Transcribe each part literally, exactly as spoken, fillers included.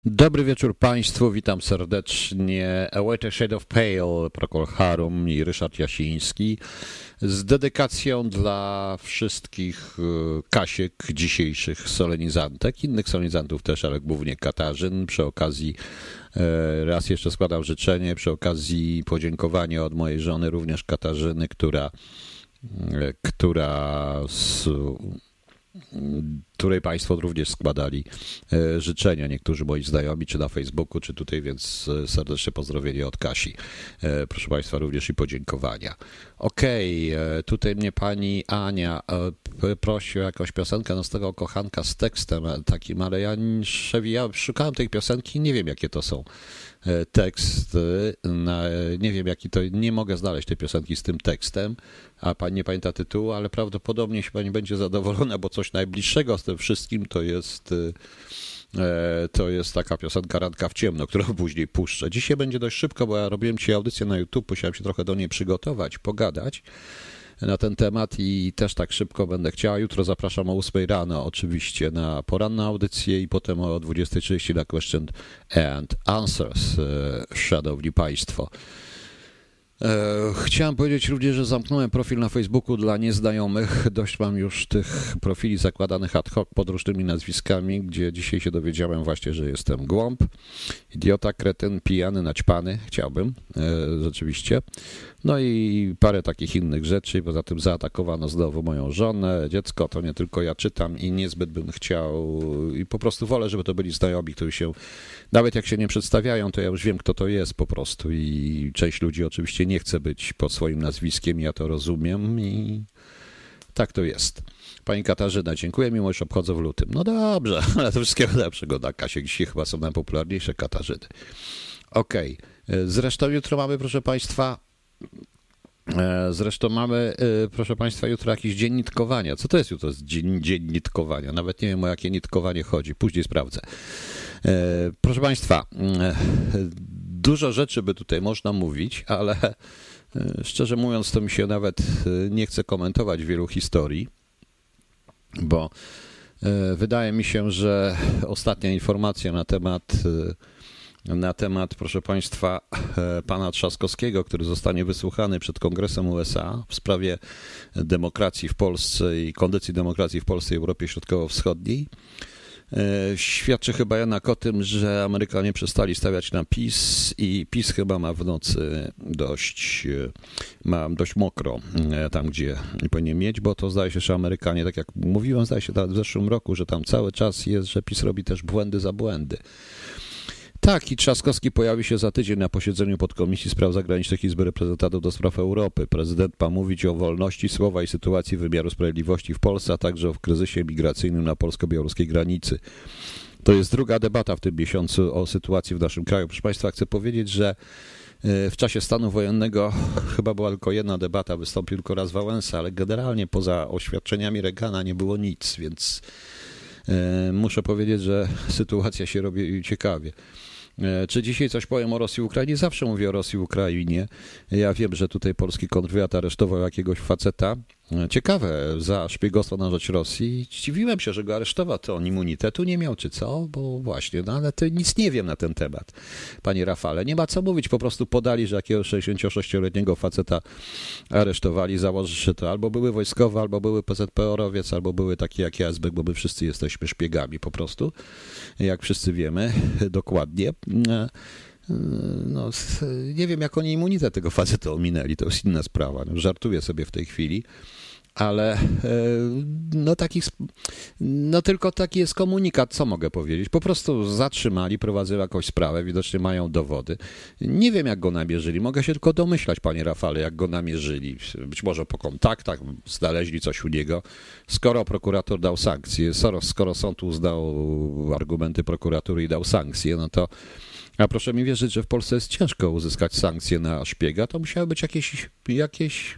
Dobry wieczór Państwu, witam serdecznie. A White Shade of Pale, Procol Harum i Ryszard Jasiński z dedykacją dla wszystkich Kasiek, dzisiejszych solenizantek, innych solenizantów też, ale głównie Katarzyn. Przy okazji raz jeszcze składam życzenie, przy okazji podziękowania od mojej żony, również Katarzyny, która, która z której Państwo również składali życzenia, niektórzy moi znajomi, czy na Facebooku, czy tutaj, więc serdeczne pozdrowienie od Kasi. Proszę Państwa, również i podziękowania. Okej, okay, tutaj mnie pani Ania prosi o jakąś piosenkę, no z tego kochanka z tekstem takim, ale ja przewijałem, szukałem tej piosenki, nie wiem jakie to są teksty, nie wiem jaki to, nie mogę znaleźć tej piosenki z tym tekstem, a pani nie pamięta tytułu, ale prawdopodobnie się pani będzie zadowolona, bo coś najbliższego z tym wszystkim to jest to jest taka piosenka Randka w ciemno, którą później puszczę. Dzisiaj będzie dość szybko, bo ja robiłem dzisiaj audycję na YouTube, musiałem się trochę do niej przygotować, pogadać na ten temat i też tak szybko będę chciała. Jutro zapraszam o ósmej rano oczywiście na poranną audycję i potem o dwudziestej trzydzieści na Question and Answers, szanowni Państwo. Chciałem powiedzieć również, że zamknąłem profil na Facebooku dla nieznajomych. Dość mam już tych profili zakładanych ad hoc pod różnymi nazwiskami, gdzie dzisiaj się dowiedziałem właśnie, że jestem głąb, idiota, kretyn, pijany, naćpany. Chciałbym, rzeczywiście. No i parę takich innych rzeczy. Poza tym zaatakowano znowu moją żonę, dziecko. To nie tylko ja czytam i niezbyt bym chciał i po prostu wolę, żeby to byli znajomi, którzy się, nawet jak się nie przedstawiają, to ja już wiem, kto to jest po prostu i część ludzi oczywiście nie chce być pod swoim nazwiskiem, ja to rozumiem i tak to jest. Pani Katarzyna, dziękuję, mimo że obchodzę w lutym. No dobrze, ale to wszystkiego lepszego dla Kasiek. Dzisiaj chyba są najpopularniejsze Katarzyny. Okej, okay. Zresztą jutro mamy, proszę Państwa, Zresztą mamy, proszę Państwa, jutro jakiś dzień nitkowania. Co to jest jutro dzień, dzień nitkowania? Nawet nie wiem, o jakie nitkowanie chodzi. Później sprawdzę. Proszę Państwa, dużo rzeczy by tutaj można mówić, ale szczerze mówiąc, to mi się nawet nie chce komentować wielu historii, bo wydaje mi się, że ostatnia informacja na temat na temat, proszę Państwa, pana Trzaskowskiego, który zostanie wysłuchany przed Kongresem U S A w sprawie demokracji w Polsce i kondycji demokracji w Polsce i Europie Środkowo-Wschodniej, świadczy chyba jednak o tym, że Amerykanie przestali stawiać na PiS i PiS chyba ma w nocy dość, ma dość mokro tam, gdzie nie powinien mieć, bo to zdaje się, że Amerykanie, tak jak mówiłem, zdaje się w zeszłym roku, że tam cały czas jest, że PiS robi też błędy za błędy. Tak, i Trzaskowski pojawi się za tydzień na posiedzeniu podkomisji spraw zagranicznych Izby Reprezentantów do spraw Europy. Prezydent ma mówić o wolności słowa i sytuacji wymiaru sprawiedliwości w Polsce, a także o kryzysie migracyjnym na polsko-białoruskiej granicy. To jest druga debata w tym miesiącu o sytuacji w naszym kraju. Proszę Państwa, chcę powiedzieć, że w czasie stanu wojennego chyba była tylko jedna debata, wystąpił tylko raz Wałęsa, ale generalnie poza oświadczeniami Reagana nie było nic, więc muszę powiedzieć, że sytuacja się robi ciekawie. Czy dzisiaj coś powiem o Rosji i Ukrainie? Zawsze mówię o Rosji i Ukrainie. Ja wiem, że tutaj polski kontrwywiad aresztował jakiegoś faceta. Ciekawe, za szpiegostwo na rzecz Rosji. Dziwiłem się, że go aresztował. To on immunitetu nie miał, czy co? Bo właśnie, no ale to nic nie wiem na ten temat, panie Rafale. Nie ma co mówić, po prostu podali, że jakiegoś sześćdziesięciosześcioletniego faceta aresztowali. Założy, że to albo były wojskowe, albo były P Z P R-owiec, albo były takie jak ja, bo my wszyscy jesteśmy szpiegami po prostu, jak wszyscy wiemy dokładnie. No, nie wiem, jak oni immunitet tego faceta ominęli, to jest inna sprawa. No, żartuję sobie w tej chwili, ale no, takich, no tylko taki jest komunikat, co mogę powiedzieć. Po prostu zatrzymali, prowadzą jakąś sprawę, widocznie mają dowody. Nie wiem, jak go namierzyli, mogę się tylko domyślać, panie Rafale, jak go namierzyli. Być może po kontaktach znaleźli coś u niego. Skoro prokurator dał sankcje, skoro, skoro sąd uznał argumenty prokuratury i dał sankcje, no to a proszę mi wierzyć, że w Polsce jest ciężko uzyskać sankcje na szpiega, to musiały być jakieś, jakieś,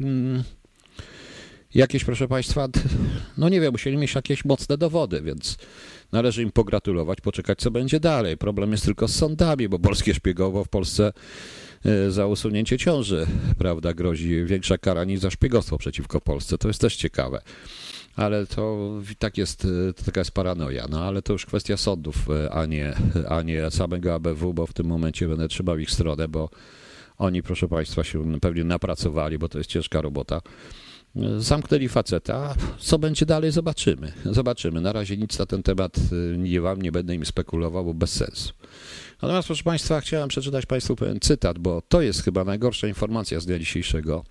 jakieś, proszę Państwa, no nie wiem, musieli mieć jakieś mocne dowody, więc należy im pogratulować, poczekać, co będzie dalej. Problem jest tylko z sądami, bo polskie szpiegowo w Polsce za usunięcie ciąży, prawda, grozi większa kara niż za szpiegostwo przeciwko Polsce. To jest też ciekawe. ale to tak jest, to taka jest paranoja, no ale to już kwestia sądów, a nie, a nie samego A B W, bo w tym momencie będę trzymał ich stronę, bo oni, proszę Państwa, się pewnie napracowali, bo to jest ciężka robota. Zamknęli faceta, co będzie dalej, zobaczymy. Zobaczymy. Na razie nic na ten temat nie wam, nie będę im spekulował, bo bez sensu. Natomiast, proszę Państwa, chciałem przeczytać Państwu pewien cytat, bo to jest chyba najgorsza informacja z dnia dzisiejszego.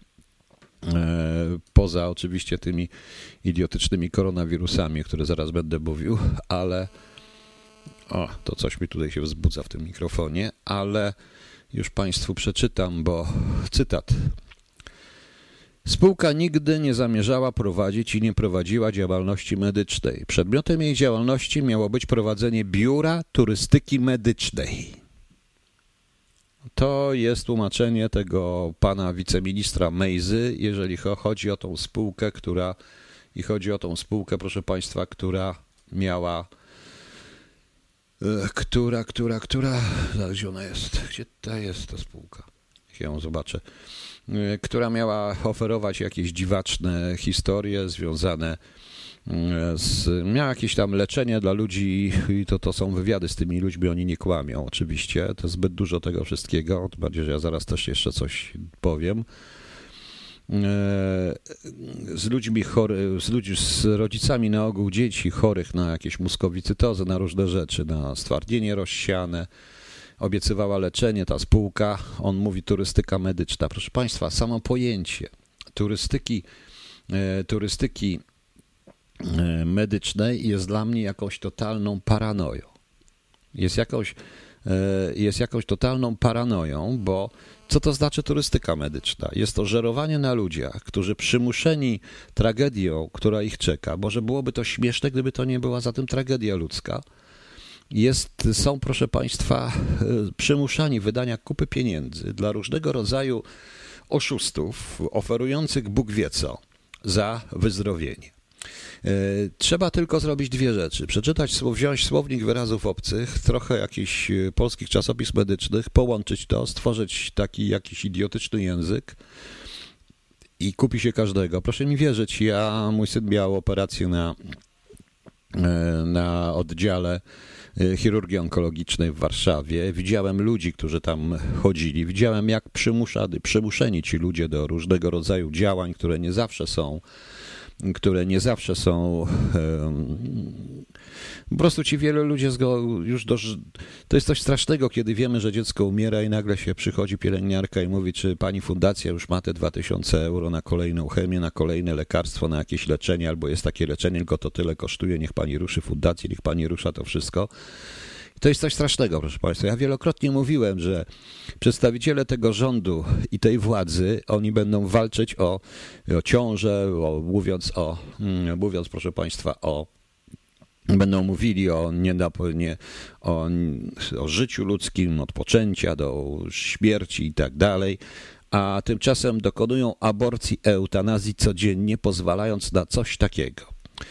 Poza oczywiście tymi idiotycznymi koronawirusami, które zaraz będę mówił, ale o, to coś mi tutaj się wzbudza w tym mikrofonie, ale już Państwu przeczytam, bo cytat. Spółka nigdy nie zamierzała prowadzić i nie prowadziła działalności medycznej. Przedmiotem jej działalności miało być prowadzenie biura turystyki medycznej. To jest tłumaczenie tego pana wiceministra Mejzy, jeżeli chodzi o tą spółkę, która i chodzi o tą spółkę, proszę Państwa, która miała, która, która, która, gdzie ona jest, gdzie ta jest ta spółka, ja ją zobaczę, która miała oferować jakieś dziwaczne historie związane z, miała jakieś tam leczenie dla ludzi i to, to są wywiady z tymi ludźmi, oni nie kłamią oczywiście, to jest zbyt dużo tego wszystkiego, tym bardziej, że ja zaraz też jeszcze coś powiem. Z ludźmi chory, z, ludźmi, z rodzicami na ogół dzieci chorych na jakieś muskowicytozę, na różne rzeczy, na stwardnienie rozsiane, obiecywała leczenie, ta spółka, on mówi turystyka medyczna. Proszę Państwa, samo pojęcie turystyki, turystyki medycznej jest dla mnie jakąś totalną paranoją. Jest jakąś, jest jakąś totalną paranoją, bo co to znaczy turystyka medyczna? Jest to żerowanie na ludziach, którzy przymuszeni tragedią, która ich czeka, może byłoby to śmieszne, gdyby to nie była za tym tragedia ludzka, jest, są, proszę Państwa, przymuszani wydania kupy pieniędzy dla różnego rodzaju oszustów oferujących Bóg wie co za wyzdrowienie. Trzeba tylko zrobić dwie rzeczy. Przeczytać, wziąć słownik wyrazów obcych, trochę jakichś polskich czasopism medycznych, połączyć to, stworzyć taki jakiś idiotyczny język i kupi się każdego. Proszę mi wierzyć, ja, mój syn miał operację na, na oddziale chirurgii onkologicznej w Warszawie. Widziałem ludzi, którzy tam chodzili. Widziałem, jak przymuszani, przymuszeni ci ludzie do różnego rodzaju działań, które nie zawsze są które nie zawsze są, po prostu ci wielu ludzie już do, to jest coś strasznego, kiedy wiemy, że dziecko umiera i nagle się przychodzi pielęgniarka i mówi, czy pani fundacja już ma te dwa tysiące euro na kolejną chemię, na kolejne lekarstwo, na jakieś leczenie, albo jest takie leczenie, tylko to tyle kosztuje, niech pani ruszy fundację, niech pani rusza to wszystko. To jest coś strasznego, proszę Państwa. Ja wielokrotnie mówiłem, że przedstawiciele tego rządu i tej władzy, oni będą walczyć o, o ciążę, o, mówiąc o, mówiąc, proszę Państwa, o będą mówili o, nie, nie, o, o życiu ludzkim, od poczęcia do śmierci i tak dalej, a tymczasem dokonują aborcji, eutanazji codziennie, pozwalając na coś takiego.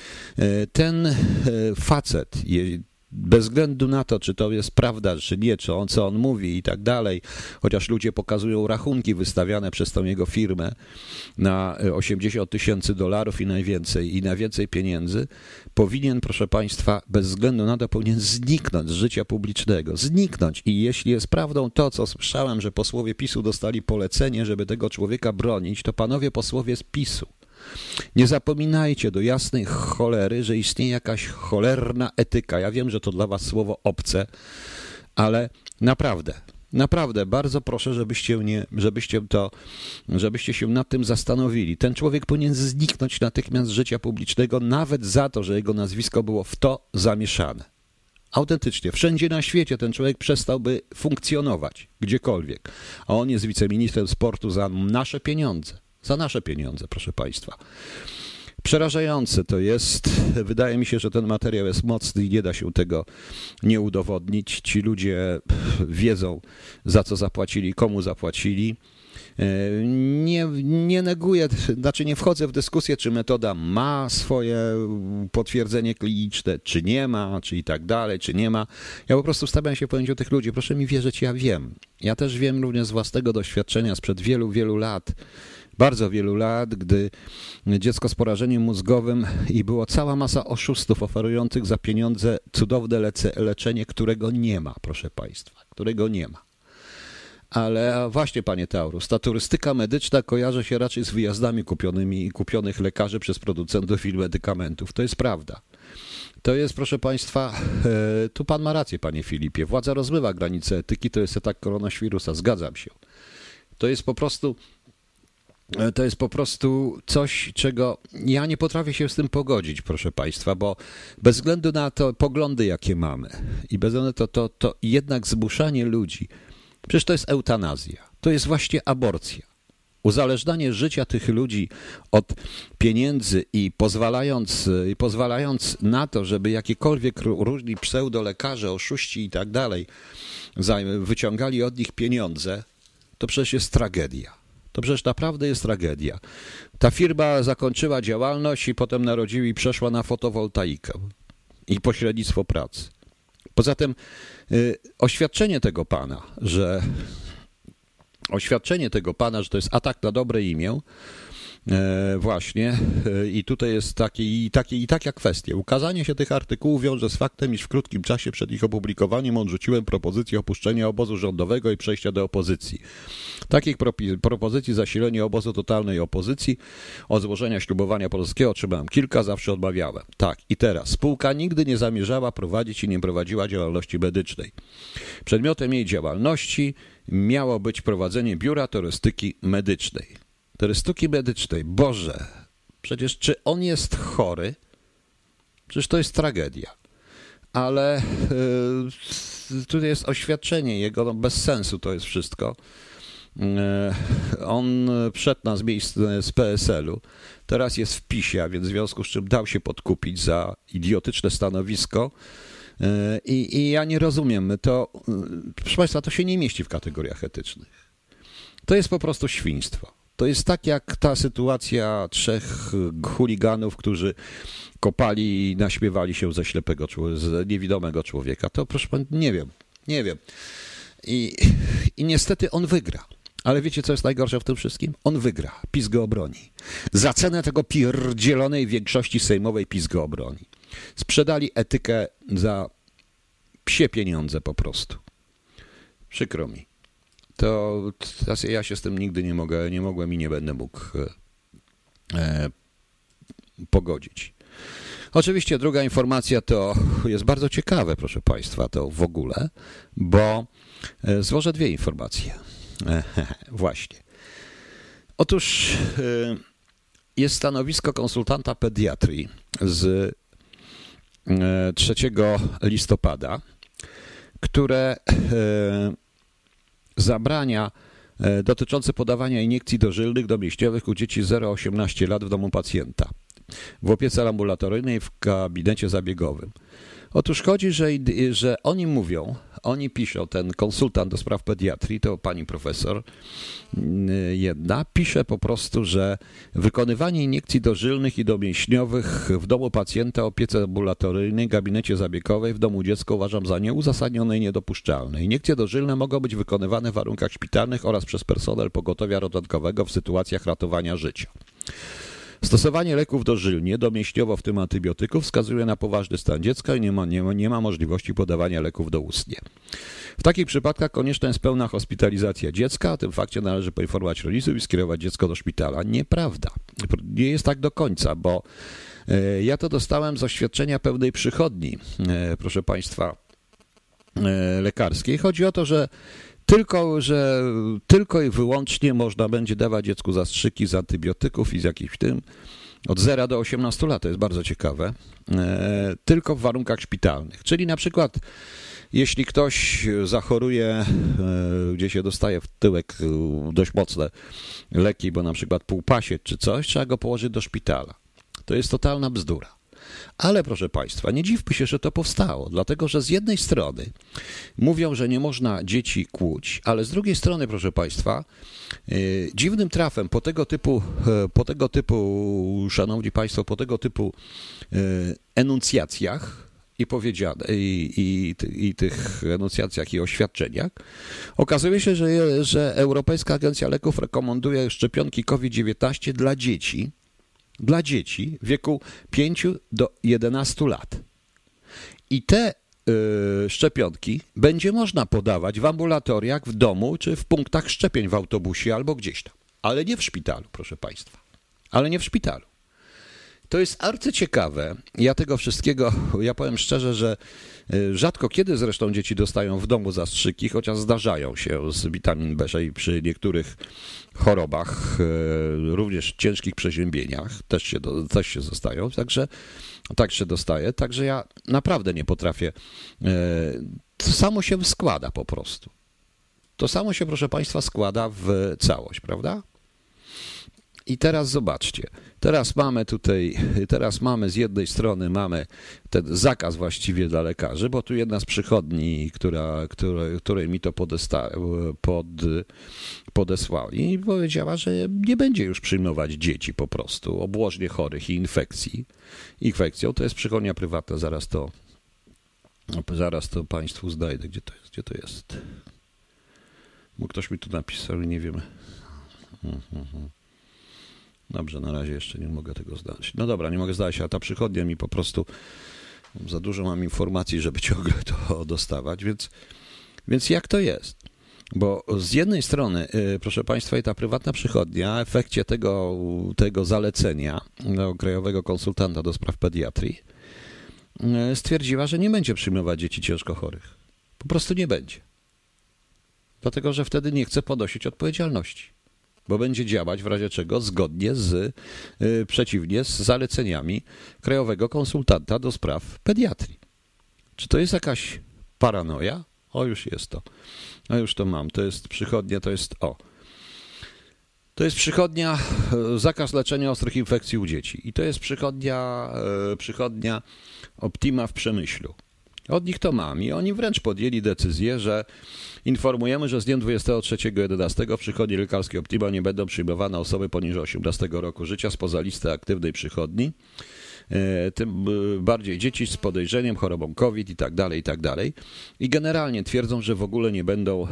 Ten facet, bez względu na to, czy to jest prawda, czy nie, czy on, co on mówi i tak dalej, chociaż ludzie pokazują rachunki wystawiane przez tą jego firmę na osiemdziesiąt tysięcy dolarów i najwięcej, i na więcej pieniędzy, powinien, proszę Państwa, bez względu na to, powinien zniknąć z życia publicznego. Zniknąć. I jeśli jest prawdą to, co słyszałem, że posłowie PiSu dostali polecenie, żeby tego człowieka bronić, to panowie posłowie z PiSu, nie zapominajcie do jasnej cholery, że istnieje jakaś cholerna etyka. Ja wiem, że to dla was słowo obce, ale naprawdę, naprawdę bardzo proszę, żebyście, nie, żebyście, to, żebyście się nad tym zastanowili. Ten człowiek powinien zniknąć natychmiast z życia publicznego, nawet za to, że jego nazwisko było w to zamieszane. Autentycznie, wszędzie na świecie ten człowiek przestałby funkcjonować, gdziekolwiek. A on jest wiceministrem sportu za nasze pieniądze. Za nasze pieniądze, proszę Państwa. Przerażające to jest. Wydaje mi się, że ten materiał jest mocny i nie da się tego nie udowodnić. Ci ludzie wiedzą, za co zapłacili, komu zapłacili. Nie, nie neguję, znaczy nie wchodzę w dyskusję, czy metoda ma swoje potwierdzenie kliniczne, czy nie ma, czy i tak dalej, czy nie ma. Ja po prostu stawiam się w pojęciu tych ludzi. Proszę mi wierzyć, ja wiem. Ja też wiem również z własnego doświadczenia sprzed wielu, wielu lat, bardzo wielu lat, gdy dziecko z porażeniem mózgowym i było cała masa oszustów oferujących za pieniądze cudowne lece, leczenie, którego nie ma, proszę państwa, którego nie ma. Ale właśnie, panie Taurus, ta turystyka medyczna kojarzy się raczej z wyjazdami kupionymi, kupionych lekarzy przez producentów i medykamentów. To jest prawda. To jest, proszę państwa, e, tu pan ma rację, panie Filipie. Władza rozmywa granice etyki, to jest atak koronawirusa, zgadzam się. To jest po prostu, to jest po prostu coś, czego ja nie potrafię się z tym pogodzić, proszę państwa, bo bez względu na to poglądy, jakie mamy i bez względu na to, to, to jednak zmuszanie ludzi, przecież to jest eutanazja, to jest właśnie aborcja. Uzależnianie życia tych ludzi od pieniędzy i pozwalając, i pozwalając na to, żeby jakiekolwiek różni pseudolekarze, oszuści i tak dalej wyciągali od nich pieniądze, to przecież jest tragedia. To przecież naprawdę jest tragedia. Ta firma zakończyła działalność i potem narodziła i przeszła na fotowoltaikę i pośrednictwo pracy. Poza tym y, oświadczenie tego pana, że oświadczenie tego pana, że to jest atak na dobre imię, e, właśnie e, i tutaj jest takie, i, takie, i taka kwestia. Ukazanie się tych artykułów wiąże z faktem, iż w krótkim czasie przed ich opublikowaniem odrzuciłem propozycję opuszczenia obozu rządowego i przejścia do opozycji. Takich propi- propozycji zasilenia obozu totalnej opozycji od złożenia ślubowania polskiego otrzymałem kilka, zawsze odmawiałem. Tak, i teraz. Spółka nigdy nie zamierzała prowadzić i nie prowadziła działalności medycznej. Przedmiotem jej działalności miało być prowadzenie biura turystyki medycznej. Turystyki medycznej. Boże, przecież czy on jest chory? Przecież to jest tragedia. Ale yy, tu jest oświadczenie jego, no bez sensu to jest wszystko. Yy, on wszedł na z miejsc z P S L u, teraz jest w PiSie, a więc w związku z czym dał się podkupić za idiotyczne stanowisko. I, I ja nie rozumiem, to, proszę państwa, to się nie mieści w kategoriach etycznych. To jest po prostu świństwo. To jest tak jak ta sytuacja trzech chuliganów, którzy kopali i naśmiewali się ze ślepego, z niewidomego człowieka. To proszę pana, nie wiem, nie wiem. I, i niestety on wygra. Ale wiecie, co jest najgorsze w tym wszystkim? On wygra. PiS go obroni. Za cenę tego pierdzielonej większości sejmowej PiS go obroni. Sprzedali etykę za psie pieniądze po prostu. Przykro mi. To ja się z tym nigdy nie mogę, nie mogłem i nie będę mógł e, pogodzić. Oczywiście druga informacja to jest bardzo ciekawe, proszę państwa, to w ogóle, bo e, złożę dwie informacje. E, właśnie. Otóż e, jest stanowisko konsultanta pediatrii z trzeciego listopada, które zabrania dotyczące podawania iniekcji dożylnych domięśniowych u dzieci zero do osiemnastu lat w domu pacjenta, w opiece ambulatoryjnej, w gabinecie zabiegowym. Otóż chodzi, że, że oni mówią, oni piszą, ten konsultant do spraw pediatrii, to pani profesor jedna, pisze po prostu, że wykonywanie iniekcji dożylnych i domięśniowych w domu pacjenta, opiece ambulatoryjnej, gabinecie zabiegowej, w domu dziecka uważam za nieuzasadnione i niedopuszczalne. Iniekcje dożylne mogą być wykonywane w warunkach szpitalnych oraz przez personel pogotowia ratunkowego w sytuacjach ratowania życia. Stosowanie leków dożylnie, domięśniowo w tym antybiotyków, wskazuje na poważny stan dziecka i nie ma, nie, ma, nie ma możliwości podawania leków doustnie. W takich przypadkach konieczna jest pełna hospitalizacja dziecka, o tym fakcie należy poinformować rodziców i skierować dziecko do szpitala. Nieprawda. Nie jest tak do końca, bo e, ja to dostałem z oświadczenia pewnej przychodni, e, proszę państwa, e, lekarskiej. Chodzi o to, że Tylko, że tylko i wyłącznie można będzie dawać dziecku zastrzyki z antybiotyków i z jakimś tym od zera do osiemnastu lat, to jest bardzo ciekawe, e, tylko w warunkach szpitalnych. Czyli na przykład jeśli ktoś zachoruje, e, gdzie się dostaje w tyłek e, dość mocne leki, bo na przykład półpasieć czy coś, trzeba go położyć do szpitala. To jest totalna bzdura. Ale proszę państwa, nie dziwmy się, że to powstało, dlatego że z jednej strony mówią, że nie można dzieci kłuć, ale z drugiej strony, proszę państwa, yy, dziwnym trafem po tego typu, yy, po tego typu, szanowni państwo, po tego typu yy, enuncjacjach i powiedziane, i, i, i tych enuncjacjach i oświadczeniach, okazuje się, że, że Europejska Agencja Leków rekomenduje szczepionki COVID dziewiętnaście dla dzieci, dla dzieci w wieku pięciu do jedenastu lat. I te y, szczepionki będzie można podawać w ambulatoriach, w domu, czy w punktach szczepień w autobusie albo gdzieś tam. Ale nie w szpitalu, proszę Państwa. Ale nie w szpitalu. To jest arcyciekawe. Ja tego wszystkiego, ja powiem szczerze, że rzadko kiedy zresztą dzieci dostają w domu zastrzyki, chociaż zdarzają się z witamin B sześć przy niektórych chorobach, również ciężkich przeziębieniach, też się, do, też się dostają, także tak się dostaje. Także ja naprawdę nie potrafię. To samo się składa po prostu. To samo się, proszę Państwa, składa w całość, prawda? I teraz zobaczcie, teraz mamy tutaj, teraz mamy z jednej strony mamy ten zakaz właściwie dla lekarzy, bo tu jedna z przychodni, która, która, której mi to podesta, pod, podesłali, powiedziała, że nie będzie już przyjmować dzieci po prostu, obłożnie chorych i infekcji. Infekcją to jest przychodnia prywatna, zaraz to, zaraz to Państwu znajdę, gdzie to jest, gdzie to jest. Bo ktoś mi tu napisał, nie wiem. Mhm. Dobrze, na razie jeszcze nie mogę tego znaleźć. No dobra, nie mogę znaleźć, ale ta przychodnia mi po prostu, za dużo mam informacji, żeby ciągle to dostawać, więc, więc jak to jest? Bo z jednej strony, proszę Państwa, i ta prywatna przychodnia w efekcie tego, tego zalecenia do Krajowego Konsultanta do Spraw Pediatrii stwierdziła, że nie będzie przyjmować dzieci ciężko chorych. Po prostu nie będzie. Dlatego, że wtedy nie chce ponosić odpowiedzialności. Bo będzie działać w razie czego zgodnie z, yy, przeciwnie z zaleceniami Krajowego Konsultanta do Spraw Pediatrii. Czy to jest jakaś paranoja? O, już jest to. No już to mam. To jest przychodnia, to jest o. To jest przychodnia, yy, zakaz leczenia ostrych infekcji u dzieci. I to jest przychodnia, yy, przychodnia Optima w Przemyślu. Od nich to mam i oni wręcz podjęli decyzję, że informujemy, że z dniem dwudziestego trzeciego jedenastego w przychodni lekarskiej Optima nie będą przyjmowane osoby poniżej osiemnastego roku życia spoza listy aktywnej przychodni, tym bardziej dzieci z podejrzeniem, chorobą COVID i tak dalej, i tak dalej. I generalnie twierdzą, że w ogóle nie będą,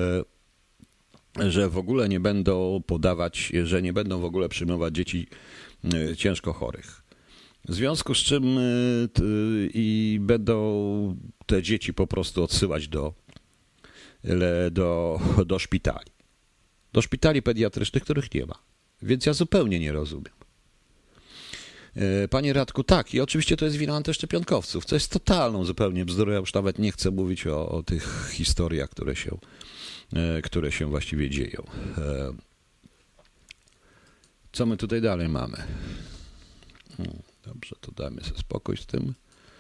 że w ogóle nie będą podawać, że nie będą w ogóle przyjmować dzieci ciężko chorych. W związku z czym y, y, i będą te dzieci po prostu odsyłać do, do, do szpitali. Do szpitali pediatrycznych, których nie ma. Więc ja zupełnie nie rozumiem. Y, Panie Radku, tak, i oczywiście to jest wina antyszczepionkowców, co jest totalną zupełnie bzdurą. Ja już nawet nie chcę mówić o, o tych historiach, które się, y, które się właściwie dzieją. Y, co my tutaj dalej mamy? Hmm. Dobrze, to dajmy sobie spokój z tym.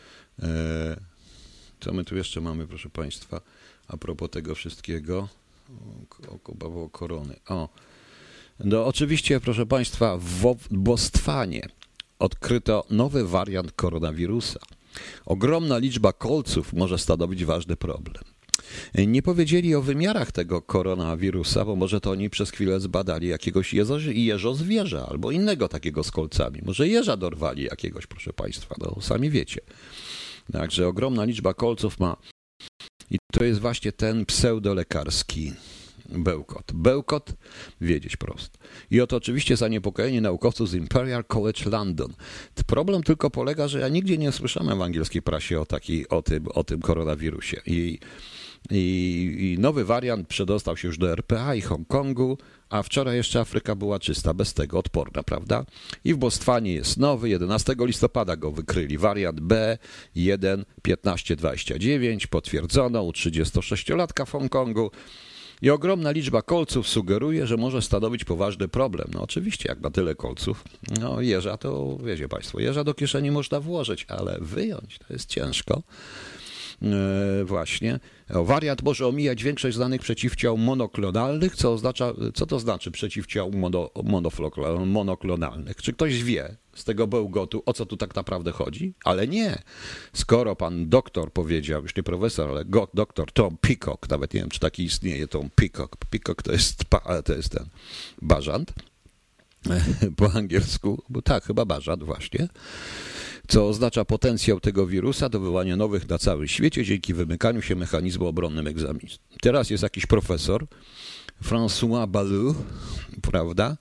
Co my tu jeszcze mamy, proszę Państwa, a propos tego wszystkiego? O, o korony. O. No oczywiście, proszę Państwa, w Botswanie odkryto nowy wariant koronawirusa. Ogromna liczba kolców może stanowić ważny problem. Nie powiedzieli o wymiarach tego koronawirusa, bo może to oni przez chwilę zbadali jakiegoś jeżo, jeżo zwierza albo innego takiego z kolcami. Może jeża dorwali jakiegoś, proszę Państwa, no sami wiecie. Także ogromna liczba kolców ma i to jest właśnie ten pseudolekarski bełkot. Bełkot wiedzieć prosto. I oto oczywiście zaniepokojenie naukowców z Imperial College London. Problem tylko polega, że ja nigdzie nie słyszałem w angielskiej prasie o, taki, o, tym, o tym koronawirusie. I I, I nowy wariant przedostał się już do R P A i Hongkongu, a wczoraj jeszcze Afryka była czysta, bez tego odporna, prawda? I w Botswanie jest nowy, jedenastego listopada go wykryli. Wariant B jeden piętnaście dwadzieścia dziewięć, potwierdzono u trzydziestosześciolatka w Hongkongu. I ogromna liczba kolców sugeruje, że może stanowić poważny problem. No oczywiście, jak ma tyle kolców, no jeża to, wiecie Państwo, jeża do kieszeni można włożyć, ale wyjąć to jest ciężko. Yy, właśnie. Wariant może omijać większość znanych przeciwciał monoklonalnych, co oznacza, co to znaczy przeciwciał mono, monoklonalnych? Czy ktoś wie z tego bełgotu, o co tu tak naprawdę chodzi? Ale nie. Skoro pan doktor powiedział, już nie profesor, ale go, doktor Tom Peacock, nawet nie wiem, czy taki istnieje, Tom Peacock. Peacock to jest, to jest ten bażant. po angielsku, bo tak, chyba barzat właśnie, co oznacza potencjał tego wirusa do wywołania nowych na całym świecie dzięki wymykaniu się mechanizmu obronnym egzaminu. Teraz jest jakiś profesor, François Balloux, prawda,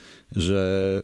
że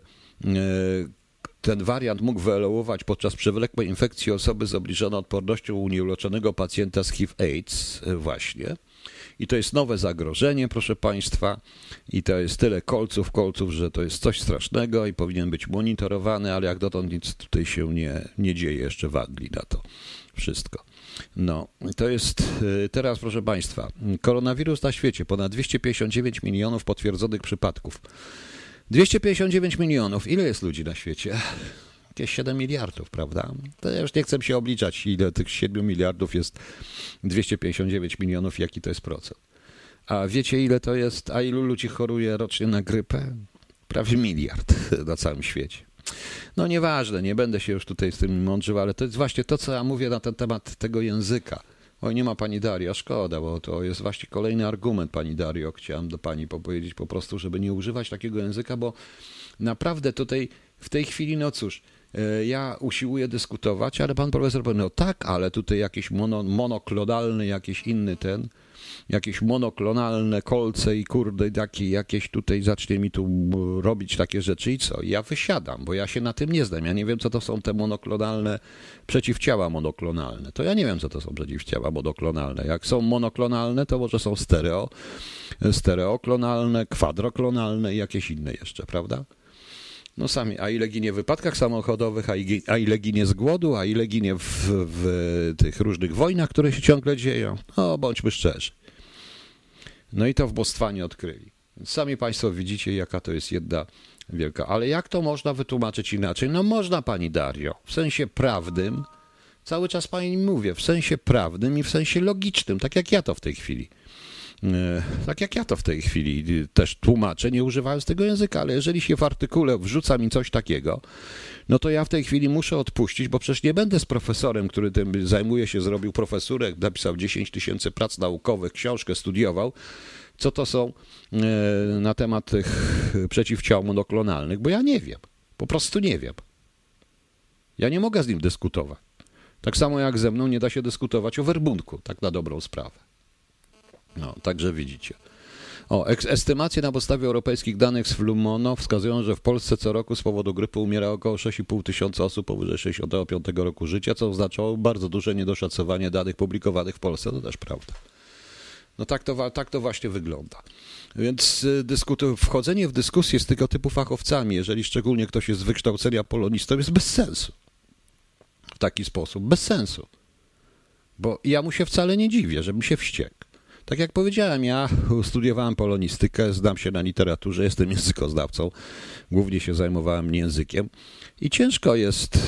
ten wariant mógł wyewoluować podczas przewlekłej infekcji osoby z obniżoną odpornością u nieuleczonego pacjenta z H I V AIDS właśnie. I to jest nowe zagrożenie, proszę Państwa, i to jest tyle kolców, kolców, że to jest coś strasznego i powinien być monitorowany, ale jak dotąd nic tutaj się nie, nie dzieje jeszcze w Anglii na to wszystko. No, to jest teraz, proszę Państwa, koronawirus na świecie, ponad dwieście pięćdziesiąt dziewięć milionów potwierdzonych przypadków. dwieście pięćdziesiąt dziewięć milionów, ile jest ludzi na świecie? Jakieś siedem miliardów, prawda? To ja już nie chcę się obliczać, ile tych siedem miliardów jest dwieście pięćdziesiąt dziewięć milionów, jaki to jest procent. A wiecie, ile to jest, a ilu ludzi choruje rocznie na grypę? Prawie miliard na całym świecie. No nieważne, nie będę się już tutaj z tym mądrzył, ale to jest właśnie to, co ja mówię na ten temat tego języka. Oj, nie ma pani Daria, szkoda, bo to jest właśnie kolejny argument, pani Dario. Chciałem do pani powiedzieć po prostu, żeby nie używać takiego języka, bo naprawdę tutaj w tej chwili, no cóż, ja usiłuję dyskutować, ale pan profesor powie, no tak, ale tutaj jakiś mono, monoklonalny, jakiś inny ten, jakieś monoklonalne kolce i kurde, takie, jakieś tutaj zacznie mi tu robić takie rzeczy i co? I ja wysiadam, bo ja się na tym nie znam. Ja nie wiem, co to są te monoklonalne, przeciwciała monoklonalne. To ja nie wiem, co to są przeciwciała monoklonalne. Jak są monoklonalne, to może są stereo, stereoklonalne, kwadroklonalne i jakieś inne jeszcze, prawda? No sami, a ile ginie w wypadkach samochodowych, a, i, a ile ginie z głodu, a ile ginie w, w tych różnych wojnach, które się ciągle dzieją. No, bądźmy szczerzy. No i to w Botswanie odkryli. Więc sami Państwo widzicie, jaka to jest jedna wielka. Ale jak to można wytłumaczyć inaczej? No można, pani Dario, w sensie prawnym, cały czas pani mówię, w sensie prawnym i w sensie logicznym, tak jak ja to w tej chwili. Tak jak ja to w tej chwili też tłumaczę, nie używając tego języka, ale jeżeli się w artykule wrzuca mi coś takiego, no to ja w tej chwili muszę odpuścić, bo przecież nie będę z profesorem, który tym zajmuje się, zrobił profesurę, napisał dziesięć tysięcy prac naukowych, książkę studiował, co to są na temat tych przeciwciał monoklonalnych, bo ja nie wiem, po prostu nie wiem. Ja nie mogę z nim dyskutować. Tak samo jak ze mną nie da się dyskutować o werbunku, tak na dobrą sprawę. No, także widzicie. O, estymacje na podstawie europejskich danych z Flumono wskazują, że w Polsce co roku z powodu grypy umiera około sześć i pół tysiąca osób powyżej sześćdziesiątego piątego roku życia, co oznaczało bardzo duże niedoszacowanie danych publikowanych w Polsce. To też prawda. No tak to, tak to właśnie wygląda. Więc dyskutu, wchodzenie w dyskusję z tego typu fachowcami, jeżeli szczególnie ktoś jest z wykształcenia polonistą, jest bez sensu. W taki sposób. Bez sensu. Bo ja mu się wcale nie dziwię, żebym się wściekł. Tak jak powiedziałem, ja studiowałem polonistykę, znam się na literaturze, jestem językoznawcą, głównie się zajmowałem językiem i ciężko jest,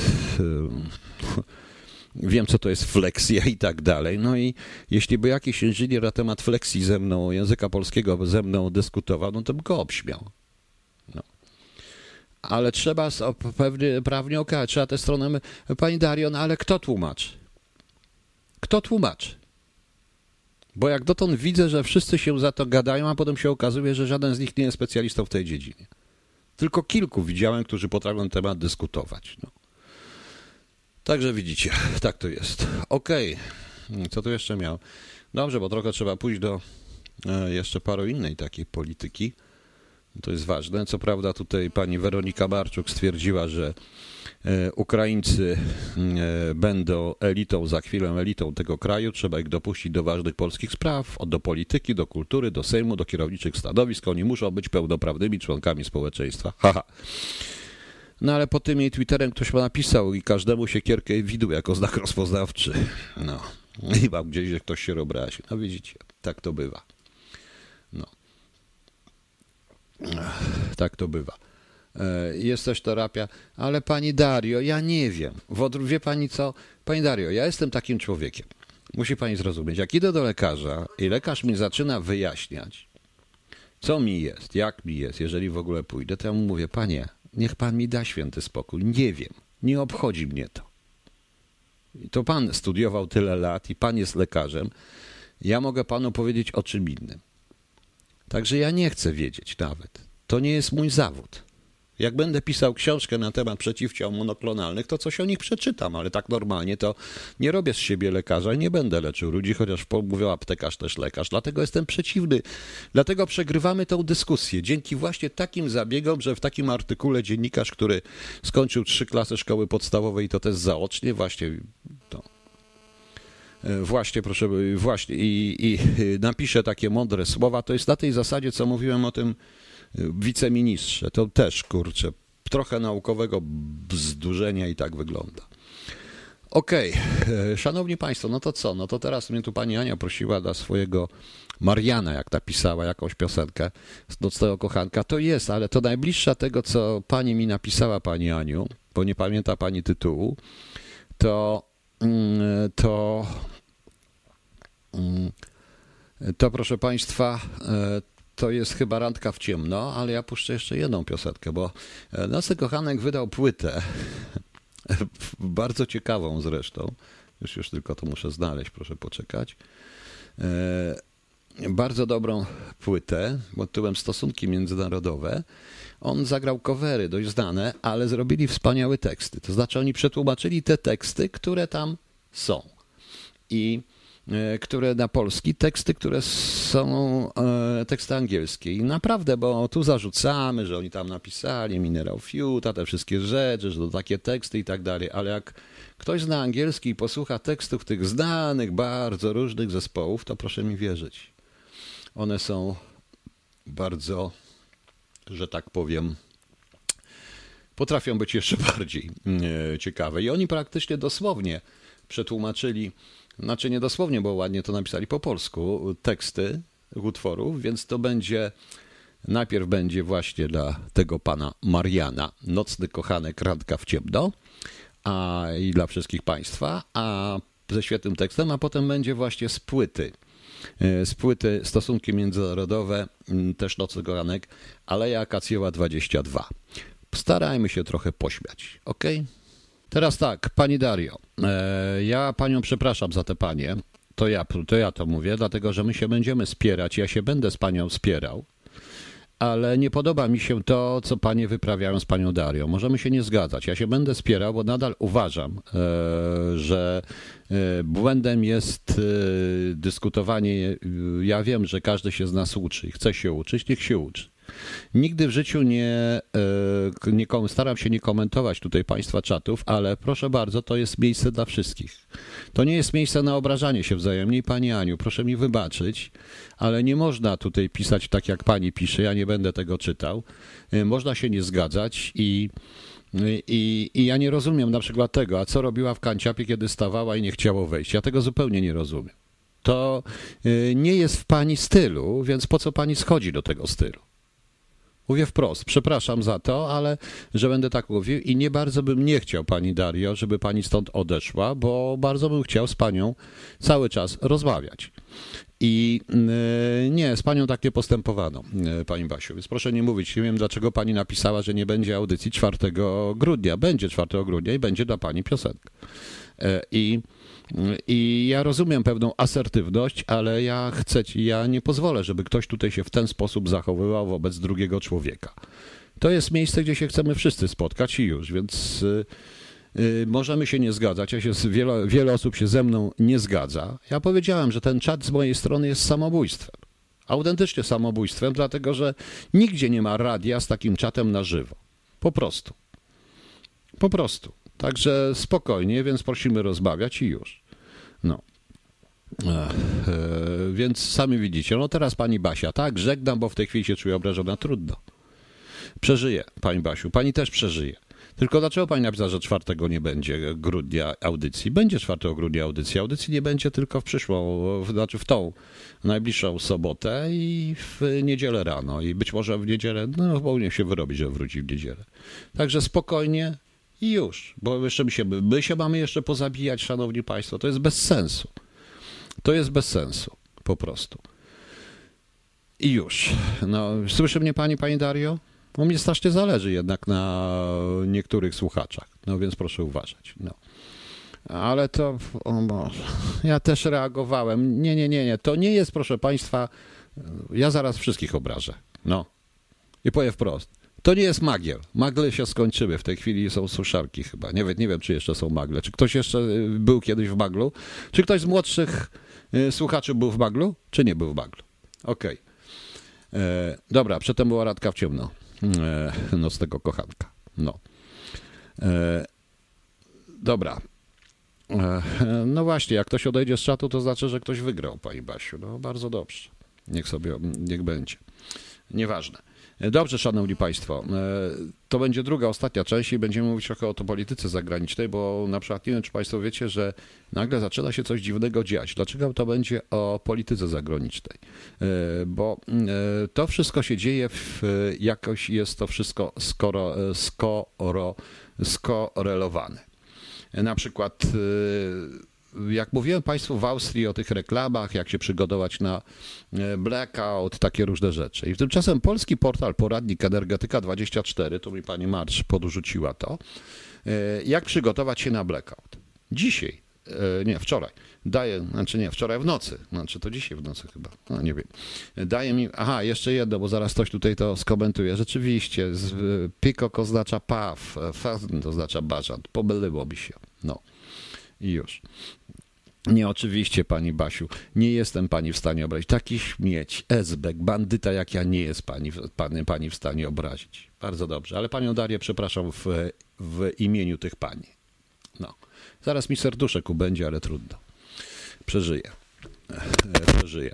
wiem co to jest fleksja i tak dalej, no i jeśli by jakiś inżynier na temat fleksji ze mną, języka polskiego ze mną dyskutował, no to bym go obśmiał. No. Ale trzeba pewnie prawnie okazać, trzeba tę stronę, pani Dario, no ale kto tłumaczy? Kto tłumaczy? Bo jak dotąd widzę, że wszyscy się za to gadają, a potem się okazuje, że żaden z nich nie jest specjalistą w tej dziedzinie. Tylko kilku widziałem, którzy potrafią na temat dyskutować. No. Także widzicie, tak to jest. Okej, okay. Co tu jeszcze miał? Dobrze, bo trochę trzeba pójść do e, jeszcze paru innej takiej polityki. To jest ważne. Co prawda tutaj pani Weronika Marczuk stwierdziła, że Ukraińcy będą elitą, za chwilę elitą tego kraju, trzeba ich dopuścić do ważnych polskich spraw, do polityki, do kultury, do Sejmu, do kierowniczych stanowisk, oni muszą być pełnoprawnymi członkami społeczeństwa. Haha. No ale pod tym jej Twitterem ktoś ma napisał i każdemu się kierkę widły jako znak rozpoznawczy. No, i mam gdzieś, że ktoś się obrazi. No widzicie, tak to bywa. No. Tak to bywa. Jest też terapia, ale pani Dario, ja nie wiem. Wie pani co? Pani Dario, ja jestem takim człowiekiem. Musi pani zrozumieć. Jak idę do lekarza i lekarz mi zaczyna wyjaśniać, co mi jest, jak mi jest, jeżeli w ogóle pójdę, to ja mu mówię, panie, niech pan mi da święty spokój. Nie wiem, nie obchodzi mnie to. I to pan studiował tyle lat i pan jest lekarzem. Ja mogę panu powiedzieć o czym innym. Także ja nie chcę wiedzieć nawet. To nie jest mój zawód. Jak będę pisał książkę na temat przeciwciał monoklonalnych, to coś o nich przeczytam, ale tak normalnie to nie robię z siebie lekarza i nie będę leczył ludzi, chociaż mówią aptekarz też lekarz. Dlatego jestem przeciwny. Dlatego przegrywamy tę dyskusję. Dzięki właśnie takim zabiegom, że w takim artykule dziennikarz, który skończył trzy klasy szkoły podstawowej i to też zaocznie, właśnie to... Właśnie, proszę, właśnie i, i napiszę takie mądre słowa. To jest na tej zasadzie, co mówiłem o tym wiceministrze. To też, kurczę, trochę naukowego bzdurzenia i tak wygląda. Okej, okay. Szanowni Państwo, no to co? No to teraz mnie tu pani Ania prosiła dla swojego Mariana, jak napisała jakąś piosenkę z Nocnego Kochanka. To jest, ale to najbliższa tego, co pani mi napisała, pani Aniu, bo nie pamięta pani tytułu, to to, to proszę Państwa, to jest chyba Randka w ciemno, ale ja puszczę jeszcze jedną piosenkę, bo Nocny Kochanek wydał płytę, bardzo ciekawą zresztą, już, już tylko to muszę znaleźć, proszę poczekać, bardzo dobrą płytę pod tytułem Stosunki Międzynarodowe. On zagrał covery dość znane, ale zrobili wspaniałe teksty. To znaczy oni przetłumaczyli te teksty, które tam są. I e, które na polski, teksty, które są e, teksty angielskie. I naprawdę, bo tu zarzucamy, że oni tam napisali Mineral Fiuta, te wszystkie rzeczy, że to takie teksty i tak dalej, ale jak ktoś zna angielski i posłucha tekstów tych znanych, bardzo różnych zespołów, to proszę mi wierzyć. One są bardzo, że tak powiem, potrafią być jeszcze bardziej ciekawe. I oni praktycznie dosłownie przetłumaczyli, znaczy nie dosłownie, bo ładnie to napisali po polsku, teksty utworów, więc to będzie, najpierw będzie właśnie dla tego pana Mariana, Nocny Kochanek, Randka w ciemno, a i dla wszystkich państwa, a ze świetnym tekstem, a potem będzie właśnie z płyty. Z płyty Stosunki Międzynarodowe, też Nocny Kochanek, Aleja Akacjowa dwadzieścia dwa. Starajmy się trochę pośmiać, ok? Teraz tak, pani Dario, e, ja panią przepraszam za te panie, to ja, to ja to mówię, dlatego że my się będziemy spierać, ja się będę z panią spierał, ale nie podoba mi się to, co panie wyprawiają z panią Darią. Możemy się nie zgadzać. Ja się będę spierał, bo nadal uważam, że błędem jest dyskutowanie. Ja wiem, że każdy się z nas uczy i chce się uczyć, niech się uczy. Nigdy w życiu nie, nie staram się nie komentować tutaj państwa czatów, ale proszę bardzo, to jest miejsce dla wszystkich. To nie jest miejsce na obrażanie się wzajemnie. I pani Aniu, proszę mi wybaczyć, ale nie można tutaj pisać tak, jak pani pisze, ja nie będę tego czytał. Można się nie zgadzać i, i, i ja nie rozumiem na przykład tego, a co robiła w kanciapie, kiedy stawała i nie chciało wejść. Ja tego zupełnie nie rozumiem. To nie jest w pani stylu, więc po co pani schodzi do tego stylu? Mówię wprost, przepraszam za to, ale że będę tak mówił i nie bardzo bym nie chciał, pani Dario, żeby pani stąd odeszła, bo bardzo bym chciał z panią cały czas rozmawiać. I yy, nie, z panią tak nie postępowano, yy, pani Basiu, więc proszę nie mówić. Nie wiem, dlaczego pani napisała, że nie będzie audycji czwartego grudnia. Będzie czwartego grudnia i będzie dla pani piosenka. Yy, I I ja rozumiem pewną asertywność, ale ja chcę, ja nie pozwolę, żeby ktoś tutaj się w ten sposób zachowywał wobec drugiego człowieka. To jest miejsce, gdzie się chcemy wszyscy spotkać i już, więc y, y, możemy się nie zgadzać. Ja się, wiele, wiele osób się ze mną nie zgadza. Ja powiedziałem, że ten czat z mojej strony jest samobójstwem. Autentycznie samobójstwem, dlatego że nigdzie nie ma radia z takim czatem na żywo. Po prostu. Po prostu. Także spokojnie, więc prosimy rozmawiać i już. No. Ech, e, więc sami widzicie. No teraz pani Basia, tak, żegnam, bo w tej chwili się czuję obrażona. Trudno. Przeżyje, pani Basiu. Pani też przeżyje. Tylko dlaczego pani napisała, że czwartego nie będzie grudnia audycji? Będzie czwartego grudnia audycji. Audycji nie będzie tylko w przyszłą, w, znaczy w tą najbliższą sobotę i w niedzielę rano. I być może w niedzielę, no powinien się wyrobić, że wróci w niedzielę. Także spokojnie. I już, bo jeszcze my się, my się mamy jeszcze pozabijać, szanowni państwo. To jest bez sensu. To jest bez sensu, po prostu. I już. No, słyszy mnie pani, pani Dario? No, mnie strasznie zależy jednak na niektórych słuchaczach, no więc proszę uważać. No. Ale to, o Boże, ja też reagowałem. Nie, nie, nie, nie, to nie jest, proszę państwa, ja zaraz wszystkich obrażę. No. I powiem wprost. To nie jest magiel. Magle się skończyły. W tej chwili są suszarki chyba. Nie wiem, nie wiem, czy jeszcze są magle. Czy ktoś jeszcze był kiedyś w maglu? Czy ktoś z młodszych słuchaczy był w maglu? Czy nie był w maglu? Okej. Okay. Dobra, przedtem była Radka w ciemno. E, nocnego kochanka. No. E, dobra. E, no właśnie, jak ktoś odejdzie z czatu, to znaczy, że ktoś wygrał, pani Basiu. No bardzo dobrze. Niech sobie, niech będzie. Nieważne. Dobrze, szanowni państwo, to będzie druga, ostatnia część i będziemy mówić trochę o to polityce zagranicznej, bo na przykład nie wiem, czy państwo wiecie, że nagle zaczyna się coś dziwnego dziać. Dlaczego to będzie o polityce zagranicznej? Bo to wszystko się dzieje, w, jakoś jest to wszystko skoro, skoro, skorelowane. Na przykład jak mówiłem państwu w Austrii o tych reklamach, jak się przygotować na blackout, takie różne rzeczy. I tymczasem polski portal Poradnik Energetyka dwadzieścia cztery, tu mi pani Marcz podrzuciła to, jak przygotować się na blackout. Dzisiaj, nie, wczoraj, daje, znaczy nie, wczoraj w nocy, znaczy to dzisiaj w nocy chyba, no nie wiem, daje mi, aha, jeszcze jedno, bo zaraz ktoś tutaj to skomentuje. Rzeczywiście, pikok oznacza paw, fazn to oznacza bażant, pomyliło mi się, no. I już. Nie, oczywiście, pani Basiu, nie jestem pani w stanie obrazić. Taki śmieć, esbek, bandyta jak ja nie jest pani, pani, pani w stanie obrazić. Bardzo dobrze, ale panią Darię przepraszam w, w imieniu tych pani. No, zaraz mi serduszek ubędzie, ale trudno. Przeżyję. Przeżyję.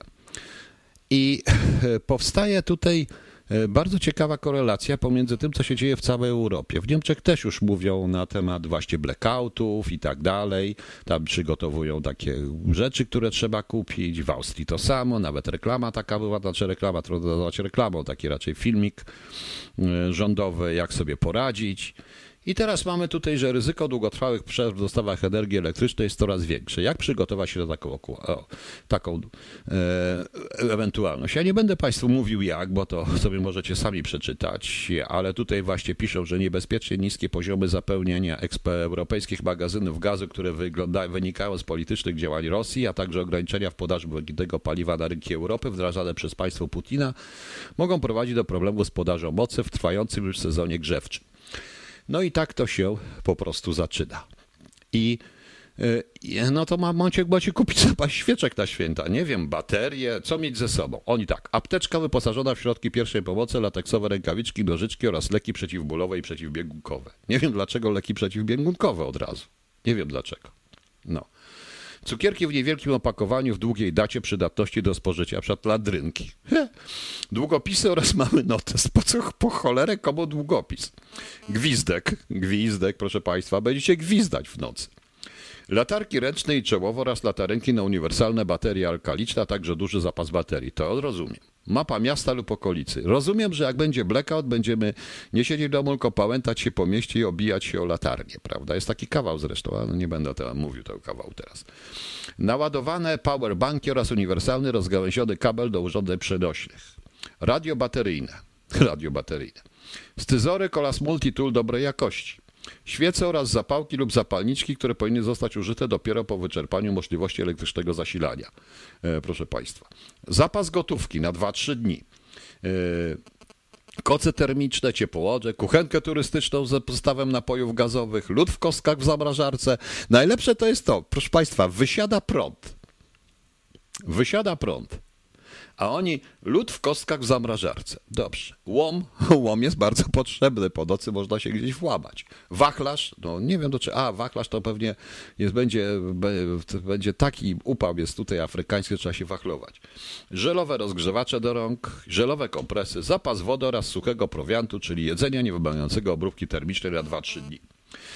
I powstaje tutaj bardzo ciekawa korelacja pomiędzy tym, co się dzieje w całej Europie. W Niemczech też już mówią na temat właśnie blackoutów i tak dalej. Tam przygotowują takie rzeczy, które trzeba kupić. W Austrii to samo, nawet reklama taka była, znaczy reklama, trudno nazwać reklamą, taki raczej filmik rządowy, jak sobie poradzić. I teraz mamy tutaj, że ryzyko długotrwałych przerw w dostawach energii elektrycznej jest coraz większe. Jak przygotować się do taką, o, taką e, ewentualność? Ja nie będę państwu mówił jak, bo to sobie możecie sami przeczytać, ale tutaj właśnie piszą, że niebezpiecznie niskie poziomy zapełnienia europejskich magazynów gazu, które wygląda, wynikają z politycznych działań Rosji, a także ograniczenia w podaży błękitnego paliwa na rynki Europy wdrażane przez państwo Putina, mogą prowadzić do problemu z podażą mocy w trwającym już sezonie grzewczym. No i tak to się po prostu zaczyna. I no to ma Maciek Maciek kupić zapas świeczek na święta, nie wiem, baterie, co mieć ze sobą. Oni tak, apteczka wyposażona w środki pierwszej pomocy, lateksowe rękawiczki, nożyczki oraz leki przeciwbólowe i przeciwbiegunkowe. Nie wiem dlaczego leki przeciwbiegunkowe od razu. Nie wiem dlaczego. No. Cukierki w niewielkim opakowaniu w długiej dacie przydatności do spożycia, przed ladrynki. Długopisy oraz mały notes. Po co po cholerę komu długopis? Gwizdek, gwizdek, proszę państwa, będziecie gwizdać w nocy. Latarki ręczne i czołowe oraz latarenki na uniwersalne baterie alkaliczne, a także duży zapas baterii. To rozumiem. Mapa miasta lub okolicy. Rozumiem, że jak będzie blackout, będziemy nie siedzieć w domu, tylko pałętać się po mieście i obijać się o latarnię, prawda? Jest taki kawał zresztą, ale nie będę tam mówił tego kawału teraz. Naładowane powerbanki oraz uniwersalny rozgałęziony kabel do urządzeń przenośnych. Radio bateryjne. Radio bateryjne. Scyzoryk oraz multitool dobrej jakości. Świece oraz zapałki lub zapalniczki, które powinny zostać użyte dopiero po wyczerpaniu możliwości elektrycznego zasilania. E, proszę państwa. Zapas gotówki na dwa trzy dni. E, koce termiczne, ciepłołoże, kuchenkę turystyczną z postawem napojów gazowych, lód w kostkach w zamrażarce. Najlepsze to jest to, proszę państwa, wysiada prąd. Wysiada prąd. A oni lód w kostkach w zamrażarce. Dobrze. Łom, łom jest bardzo potrzebny. Po nocy można się gdzieś włamać. Wachlarz, no nie wiem do czego. A, wachlarz to pewnie jest, będzie, będzie taki upał jest tutaj afrykański, trzeba się wachlować. Żelowe rozgrzewacze do rąk, żelowe kompresy, zapas wody oraz suchego prowiantu, czyli jedzenia niewymagającego obróbki termicznej na dwa trzy dni.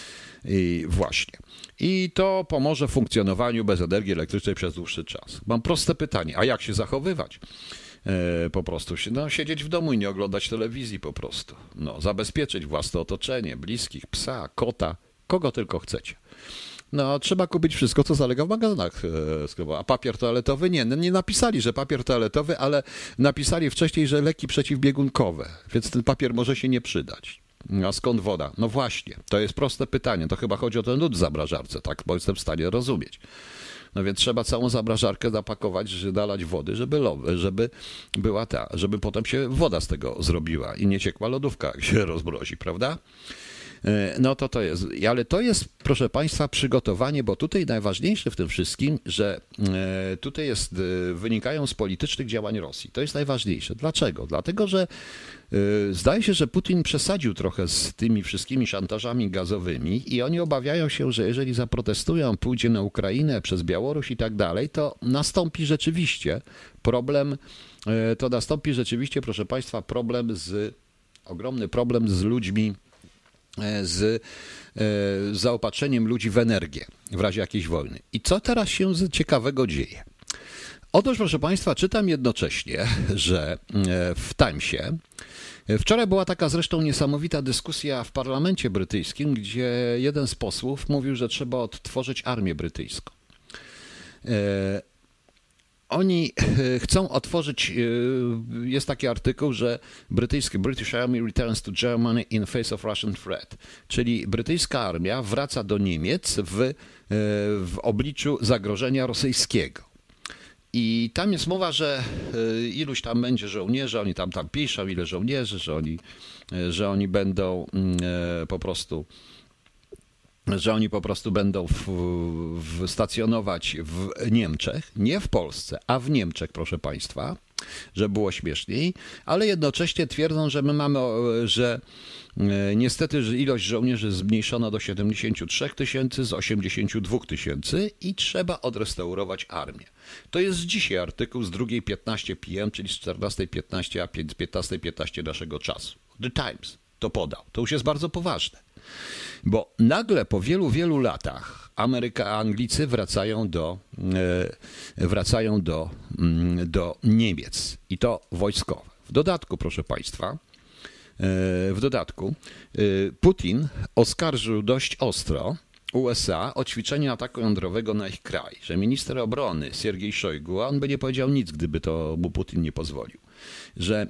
I właśnie. I to pomoże w funkcjonowaniu bez energii elektrycznej przez dłuższy czas. Mam proste pytanie, a jak się zachowywać? E, po prostu się, no, siedzieć w domu i nie oglądać telewizji po prostu. No, zabezpieczyć własne otoczenie, bliskich, psa, kota, kogo tylko chcecie. No, trzeba kupić wszystko, co zalega w magazynach. A papier toaletowy? Nie, nie napisali, że papier toaletowy, ale napisali wcześniej, że leki przeciwbiegunkowe, więc ten papier może się nie przydać. A skąd woda? No właśnie, to jest proste pytanie. To chyba chodzi o ten lód w zamrażarce, tak? Bo jestem w stanie rozumieć. No więc trzeba całą zamrażarkę zapakować, nalać wody, żeby, żeby była ta, żeby potem się woda z tego zrobiła i nie ciekła lodówka, jak się rozmrozi, prawda? No to to jest, ale to jest, proszę Państwa, przygotowanie, bo tutaj najważniejsze w tym wszystkim, że tutaj jest, wynikają z politycznych działań Rosji. To jest najważniejsze. Dlaczego? Dlatego, że zdaje się, że Putin przesadził trochę z tymi wszystkimi szantażami gazowymi i oni obawiają się, że jeżeli zaprotestują, pójdzie na Ukrainę przez Białoruś i tak dalej, to nastąpi rzeczywiście problem, to nastąpi rzeczywiście, proszę Państwa, problem z, ogromny problem z ludźmi, z zaopatrzeniem ludzi w energię w razie jakiejś wojny. I co teraz się ciekawego dzieje? Otóż, proszę Państwa, czytam jednocześnie, że w Timesie wczoraj była taka zresztą niesamowita dyskusja w parlamencie brytyjskim, gdzie jeden z posłów mówił, że trzeba odtworzyć armię brytyjską. Oni chcą otworzyć, jest taki artykuł, że brytyjski British Army returns to Germany in face of Russian threat, czyli brytyjska armia wraca do Niemiec w, w obliczu zagrożenia rosyjskiego. I tam jest mowa, że iluś tam będzie żołnierzy, oni tam tam piszą, ile żołnierzy, że oni, że oni będą po prostu że oni po prostu będą w, w stacjonować w Niemczech, nie w Polsce, a w Niemczech, proszę Państwa, żeby było śmieszniej, ale jednocześnie twierdzą, że my mamy, że niestety że ilość żołnierzy zmniejszono do siedemdziesięciu trzech tysięcy z osiemdziesięciu dwóch tysięcy i trzeba odrestaurować armię. To jest dzisiaj artykuł z drugiej piętnaście p m, czyli z czternastej piętnaście, a piętnastej piętnaście naszego czasu. The Times to podał. To już jest bardzo poważne. Bo nagle po wielu, wielu latach Ameryka, Anglicy wracają do, wracają do, do Niemiec i to wojskowe. W dodatku, proszę Państwa, w dodatku Putin oskarżył dość ostro U S A o ćwiczenie ataku jądrowego na ich kraj, że minister obrony Siergiej Szojgu, a on by nie powiedział nic, gdyby to mu Putin nie pozwolił, że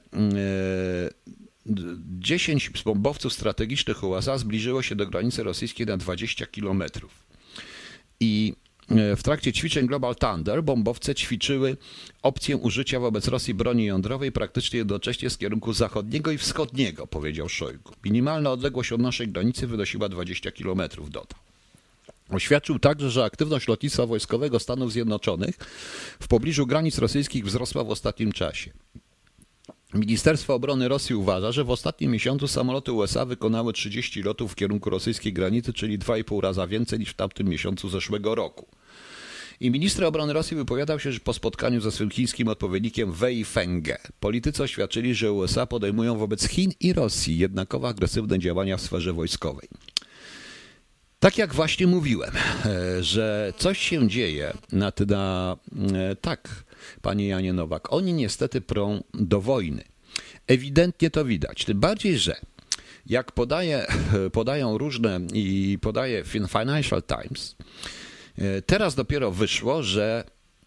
dziesięć bombowców strategicznych U S A zbliżyło się do granicy rosyjskiej na dwadzieścia kilometrów. I w trakcie ćwiczeń Global Thunder bombowce ćwiczyły opcję użycia wobec Rosji broni jądrowej praktycznie jednocześnie z kierunku zachodniego i wschodniego, powiedział Szojgu. Minimalna odległość od naszej granicy wynosiła dwadzieścia kilometrów, dodał. Oświadczył także, że aktywność lotnictwa wojskowego Stanów Zjednoczonych w pobliżu granic rosyjskich wzrosła w ostatnim czasie. Ministerstwo Obrony Rosji uważa, że w ostatnim miesiącu samoloty U S A wykonały trzydzieści lotów w kierunku rosyjskiej granicy, czyli dwa i pół raza więcej niż w tamtym miesiącu zeszłego roku. I minister obrony Rosji wypowiadał się, że po spotkaniu ze swym chińskim odpowiednikiem Wei Fenghe politycy oświadczyli, że U S A podejmują wobec Chin i Rosji jednakowo agresywne działania w sferze wojskowej. Tak jak właśnie mówiłem, że coś się dzieje na, na tak, panie Janie Nowak, oni niestety prą do wojny. Ewidentnie to widać, tym bardziej, że jak podaje, podają różne i podaje Financial Times, teraz dopiero wyszło, że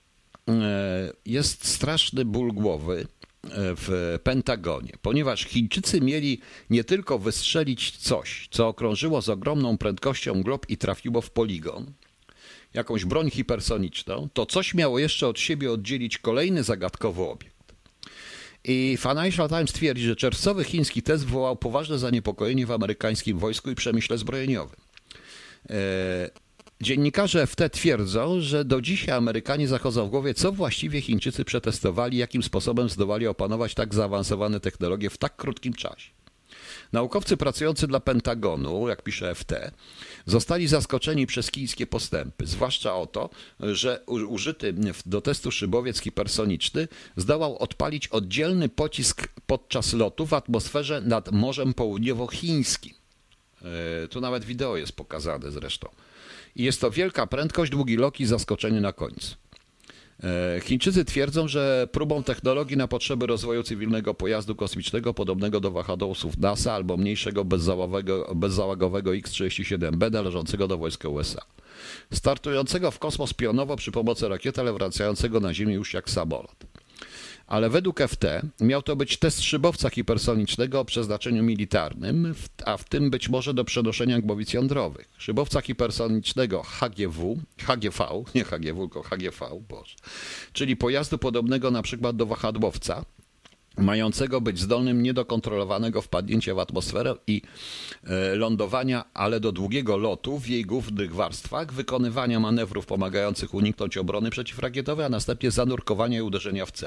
jest straszny ból głowy w Pentagonie, ponieważ Chińczycy mieli nie tylko wystrzelić coś, co okrążyło z ogromną prędkością glob i trafiło w poligon, jakąś broń hipersoniczną, to coś miało jeszcze od siebie oddzielić kolejny zagadkowy obiekt. I Financial Times twierdzi, że czerwcowy chiński test wywołał poważne zaniepokojenie w amerykańskim wojsku i przemyśle zbrojeniowym. Dziennikarze F T twierdzą, że do dzisiaj Amerykanie zachodzą w głowie, co właściwie Chińczycy przetestowali, jakim sposobem zdołali opanować tak zaawansowane technologie w tak krótkim czasie. Naukowcy pracujący dla Pentagonu, jak pisze F T, zostali zaskoczeni przez chińskie postępy, zwłaszcza o to, że użyty do testu szybowiec hipersoniczny zdołał odpalić oddzielny pocisk podczas lotu w atmosferze nad Morzem Południowochińskim. Tu nawet wideo jest pokazane zresztą. I jest to wielka prędkość, długi lot i zaskoczenie na końcu. Chińczycy twierdzą, że próbą technologii na potrzeby rozwoju cywilnego pojazdu kosmicznego podobnego do wahadłowców NASA albo mniejszego bezzałogowego, bezzałogowego X trzydzieści siedem B należącego do wojska U S A. Startującego w kosmos pionowo przy pomocy rakiety, ale wracającego na Ziemię już jak samolot. ale według F T miał to być test szybowca hipersonicznego o przeznaczeniu militarnym, a w tym być może do przenoszenia głowic jądrowych. Szybowca hipersonicznego H G W, H G V, nie H G W, tylko H G V, Boże, czyli pojazdu podobnego na przykład do wahadłowca, mającego być zdolnym nie do kontrolowanego wpadnięcia w atmosferę i e, lądowania, ale do długiego lotu w jej głównych warstwach, wykonywania manewrów pomagających uniknąć obrony przeciwrakietowej, a następnie zanurkowania i uderzenia w cel.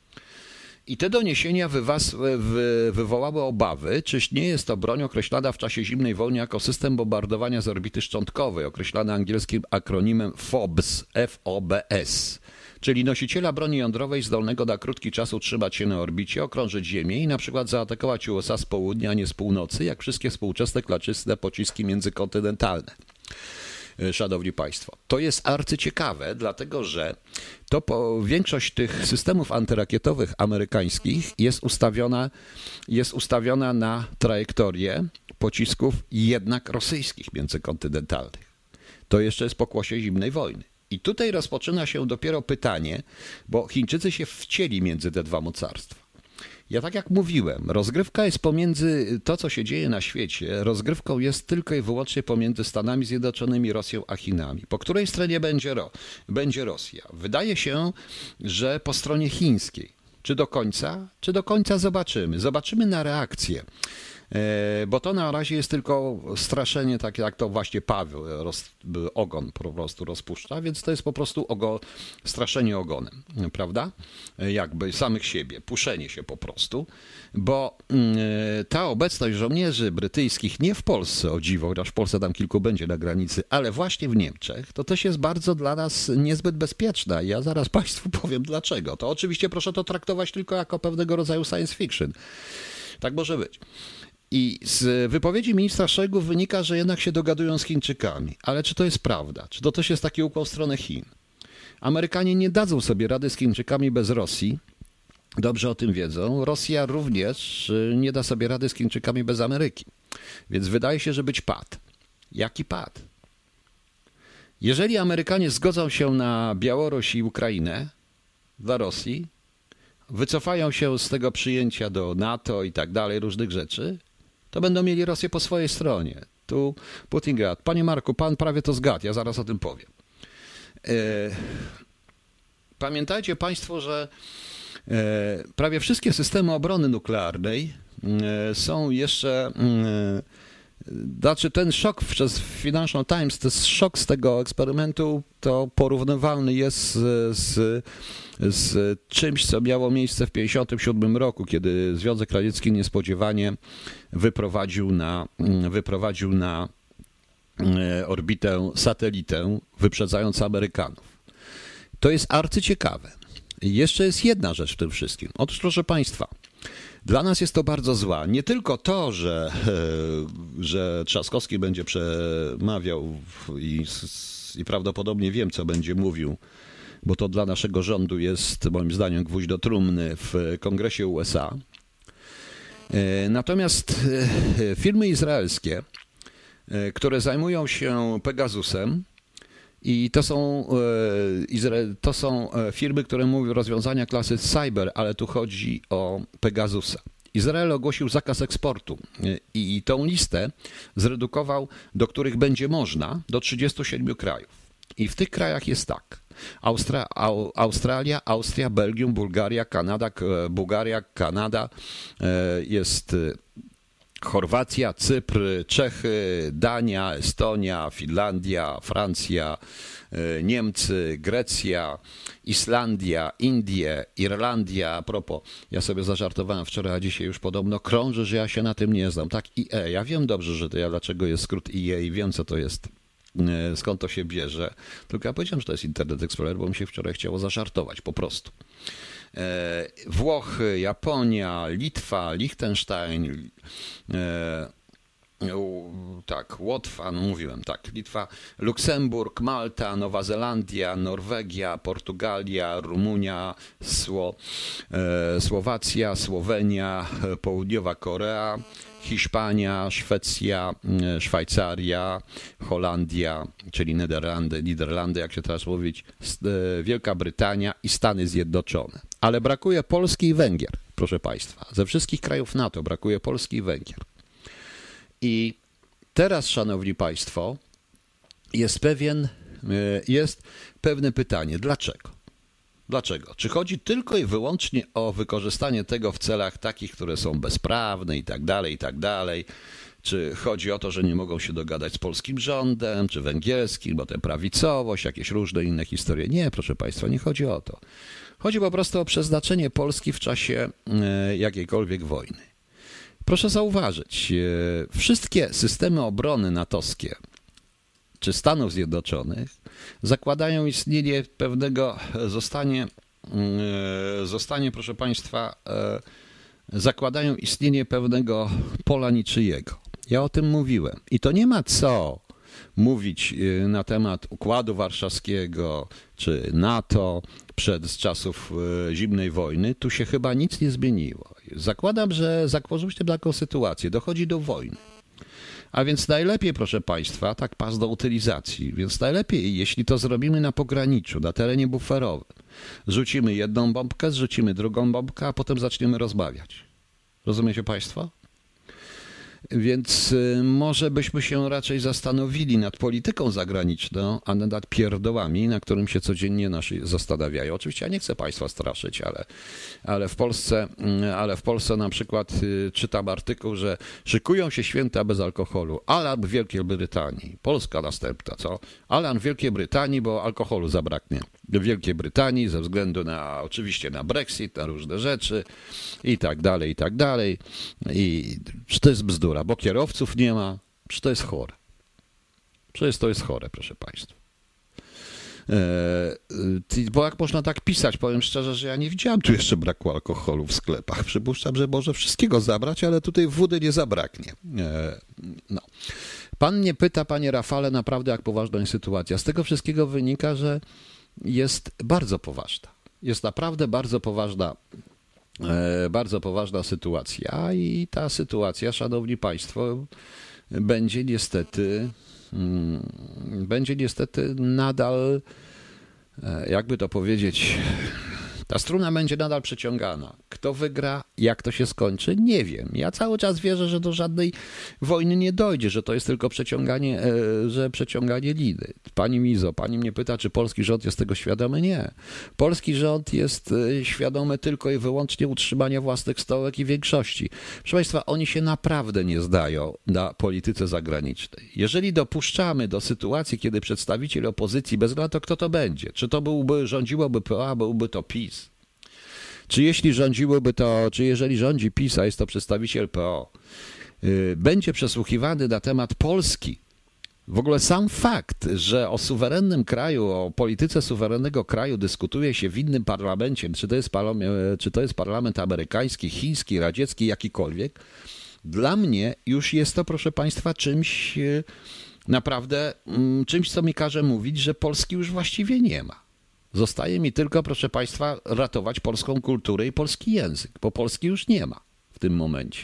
I te doniesienia wywas, wy, wywołały obawy, czyż nie jest to broń określana w czasie zimnej wojny jako system bombardowania z orbity szczątkowej, określana angielskim akronimem FOBS, F O B S, czyli nosiciela broni jądrowej zdolnego na krótki czas utrzymać się na orbicie, okrążyć Ziemię i na przykład zaatakować U S A z południa, a nie z północy, jak wszystkie współczesne klaczystne pociski międzykontynentalne. Szanowni Państwo, to jest arcyciekawe, dlatego że to po, większość tych systemów antyrakietowych amerykańskich jest ustawiona, jest ustawiona na trajektorię pocisków jednak rosyjskich międzykontynentalnych. To jeszcze jest pokłosie zimnej wojny. I tutaj rozpoczyna się dopiero pytanie, bo Chińczycy się wcięli między te dwa mocarstwa. Ja tak jak mówiłem, rozgrywka jest pomiędzy, to co się dzieje na świecie, rozgrywką jest tylko i wyłącznie pomiędzy Stanami Zjednoczonymi, Rosją a Chinami. Po której stronie będzie, Ro, będzie Rosja? Wydaje się, że po stronie chińskiej. Czy do końca? Czy do końca zobaczymy? Zobaczymy na reakcję. Bo to na razie jest tylko straszenie, tak jak to właśnie Paweł roz, ogon po prostu rozpuszcza, więc to jest po prostu ogo, straszenie ogonem, prawda? Jakby samych siebie, puszenie się po prostu, bo ta obecność żołnierzy brytyjskich nie w Polsce, o dziwo, chociaż w Polsce tam kilku będzie na granicy, ale właśnie w Niemczech, to też jest bardzo dla nas niezbyt bezpieczna. Ja zaraz Państwu powiem dlaczego. To oczywiście proszę to traktować tylko jako pewnego rodzaju science fiction. Tak może być. I z wypowiedzi ministra Szojgu wynika, że jednak się dogadują z Chińczykami. Ale czy to jest prawda? Czy to też jest taki ukłon w stronę Chin? Amerykanie nie dadzą sobie rady z Chińczykami bez Rosji. Dobrze o tym wiedzą. Rosja również nie da sobie rady z Chińczykami bez Ameryki. Więc wydaje się, że być pad. Jaki pad? Jeżeli Amerykanie zgodzą się na Białoruś i Ukrainę dla Rosji, wycofają się z tego przyjęcia do NATO i tak dalej, różnych rzeczy, to będą mieli Rosję po swojej stronie. Tu Putin gada. Panie Marku, pan prawie to zgadł, ja zaraz o tym powiem. E, pamiętajcie Państwo, że e, prawie wszystkie systemy obrony nuklearnej e, są jeszcze... E, Znaczy ten szok przez Financial Times, ten szok z tego eksperymentu to porównywalny jest z, z, z czymś, co miało miejsce w tysiąc dziewięćset pięćdziesiątym siódmym roku, kiedy Związek Radziecki niespodziewanie wyprowadził na, wyprowadził na orbitę satelitę, wyprzedzając Amerykanów. To jest arcyciekawe. Jeszcze jest jedna rzecz w tym wszystkim. Otóż, proszę Państwa, dla nas jest to bardzo zła. Nie tylko to, że, że Trzaskowski będzie przemawiał i, i prawdopodobnie wiem, co będzie mówił, bo to dla naszego rządu jest, moim zdaniem, gwóźdź do trumny w Kongresie U S A. Natomiast firmy izraelskie, które zajmują się Pegasusem, i to są, to są firmy, które mówią o rozwiązaniach klasy cyber, ale tu chodzi o Pegasusa. Izrael ogłosił zakaz eksportu i tą listę zredukował, do których będzie można, do trzydziestu siedmiu krajów. I w tych krajach jest tak. Austra, Au, Australia, Austria, Belgium, Bułgaria, Kanada, Bułgaria, Kanada, jest Chorwacja, Cypr, Czechy, Dania, Estonia, Finlandia, Francja, Niemcy, Grecja, Islandia, Indie, Irlandia. A propos, ja sobie zażartowałem wczoraj, a dzisiaj już podobno krąży, że ja się na tym nie znam. Tak, I E. Ja wiem dobrze, że to ja, dlaczego jest skrót I E i wiem, co to jest, skąd to się bierze. Tylko ja powiedziałem, że to jest Internet Explorer, bo mi się wczoraj chciało zażartować, po prostu. Włochy, Japonia, Litwa, Liechtenstein, e, tak, Łotwa, no mówiłem, tak, Litwa, Luksemburg, Malta, Nowa Zelandia, Norwegia, Portugalia, Rumunia, Sło, e, Słowacja, Słowenia, Południowa Korea, Hiszpania, Szwecja, Szwajcaria, Holandia, czyli Niderlandy, Niderlandy, jak się teraz mówić, Wielka Brytania i Stany Zjednoczone. ale brakuje Polski i Węgier, proszę Państwa. Ze wszystkich krajów NATO brakuje Polski i Węgier. I teraz, szanowni Państwo, jest pewien, jest pewne pytanie, dlaczego? Dlaczego? Czy chodzi tylko i wyłącznie o wykorzystanie tego w celach takich, które są bezprawne i tak dalej, i tak dalej? Czy chodzi o to, że nie mogą się dogadać z polskim rządem, czy węgierskim, bo tę prawicowość, jakieś różne inne historie? Nie, proszę Państwa, nie chodzi o to. Chodzi po prostu o przeznaczenie Polski w czasie jakiejkolwiek wojny. Proszę zauważyć, wszystkie systemy obrony natowskie czy Stanów Zjednoczonych zakładają istnienie pewnego, zostanie, zostanie, proszę Państwa, zakładają istnienie pewnego pola niczyjego. Ja o tym mówiłem. I to nie ma co mówić na temat Układu Warszawskiego czy NATO przed z czasów zimnej wojny. Tu się chyba nic nie zmieniło. Zakładam, że zakłożyliście taką sytuację. Dochodzi do wojny. A więc najlepiej, proszę Państwa, tak pas do utylizacji, więc najlepiej, jeśli to zrobimy na pograniczu, na terenie buferowym. Rzucimy jedną bombkę, zrzucimy drugą bombkę, a potem zaczniemy rozmawiać. Rozumiecie Państwo? Więc może byśmy się raczej zastanowili nad polityką zagraniczną, a nad pierdołami, na którym się codziennie nasi zastanawiają. Oczywiście ja nie chcę Państwa straszyć, ale, ale, w Polsce, ale w Polsce na przykład czytam artykuł, że szykują się święta bez alkoholu. Alarm w Wielkiej Brytanii. Polska następna, co? Alarm w Wielkiej Brytanii, bo alkoholu zabraknie. W Wielkiej Brytanii ze względu na, oczywiście na Brexit, na różne rzeczy i tak dalej, i tak dalej. I czy to jest bzdura, bo kierowców nie ma, czy to jest chore? Przecież to jest chore, proszę Państwa. Eee, bo jak można tak pisać, powiem szczerze, że ja nie widziałem tu jeszcze braku alkoholu w sklepach. Przypuszczam, że może wszystkiego zabrać, ale tutaj wody nie zabraknie. Eee, no. Pan mnie pyta, panie Rafale, naprawdę jak poważna jest sytuacja. Z tego wszystkiego wynika, że jest bardzo poważna. Jest naprawdę bardzo poważna, e, bardzo poważna sytuacja i ta sytuacja, szanowni państwo, będzie niestety, mm, będzie niestety nadal, e, jakby to powiedzieć, ta struna będzie nadal przeciągana. Kto wygra, jak to się skończy, nie wiem. Ja cały czas wierzę, że do żadnej wojny nie dojdzie, że to jest tylko przeciąganie, że przeciąganie liny. Pani Mizo, pani mnie pyta, czy polski rząd jest tego świadomy? Nie. Polski rząd jest świadomy tylko i wyłącznie utrzymania własnych stołek i większości. Proszę Państwa, oni się naprawdę nie zdają na polityce zagranicznej. Jeżeli dopuszczamy do sytuacji, kiedy przedstawiciel opozycji, bez względu na to, kto to będzie, czy to byłby, rządziłoby P O, a byłby to PiS, czy jeśli rządziłoby to, czy jeżeli rządzi PiS, a jest to przedstawiciel P O, yy, będzie przesłuchiwany na temat Polski. W ogóle sam fakt, że o suwerennym kraju, o polityce suwerennego kraju dyskutuje się w innym parlamencie, czy to jest parlament, czy to jest parlament amerykański, chiński, radziecki, jakikolwiek, dla mnie już jest to, proszę Państwa, czymś yy, naprawdę, yy, czymś, co mi każe mówić, że Polski już właściwie nie ma. Zostaje mi tylko, proszę Państwa, ratować polską kulturę i polski język, bo Polski już nie ma w tym momencie.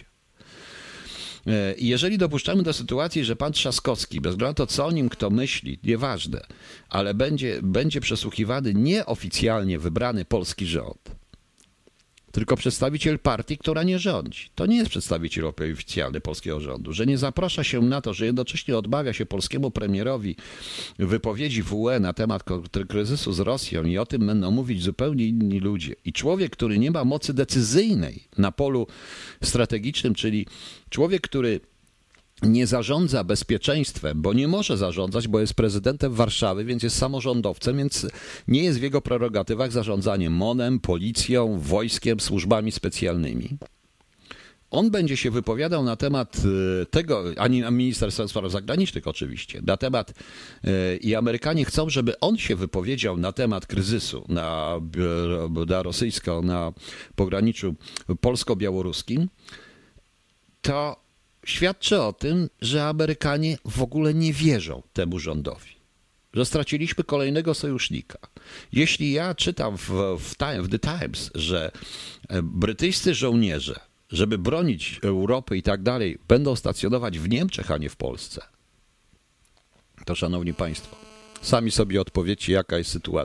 I jeżeli dopuszczamy do sytuacji, że pan Trzaskowski, bez względu na to, co o nim kto myśli, nieważne, ale będzie, będzie przesłuchiwany nieoficjalnie wybrany polski rząd, tylko przedstawiciel partii, która nie rządzi. To nie jest przedstawiciel oficjalny polskiego rządu, że nie zaprasza się na to, że jednocześnie odmawia się polskiemu premierowi wypowiedzi w U E na temat kryzysu z Rosją i o tym będą mówić zupełnie inni ludzie. I człowiek, który nie ma mocy decyzyjnej na polu strategicznym, czyli człowiek, który nie zarządza bezpieczeństwem, bo nie może zarządzać, bo jest prezydentem Warszawy, więc jest samorządowcem, więc nie jest w jego prerogatywach zarządzanie MON-em, policją, wojskiem, służbami specjalnymi. On będzie się wypowiadał na temat tego, ani Ministerstwa Spraw Zagranicznych oczywiście, na temat i Amerykanie chcą, żeby on się wypowiedział na temat kryzysu na, na rosyjsko, na pograniczu polsko-białoruskim, to świadczy o tym, że Amerykanie w ogóle nie wierzą temu rządowi, że straciliśmy kolejnego sojusznika. Jeśli ja czytam w, w, time, w The Times, że brytyjscy żołnierze, żeby bronić Europy i tak dalej, będą stacjonować w Niemczech, a nie w Polsce, to szanowni państwo, sami sobie odpowiedzcie, jaka jest sytuacja.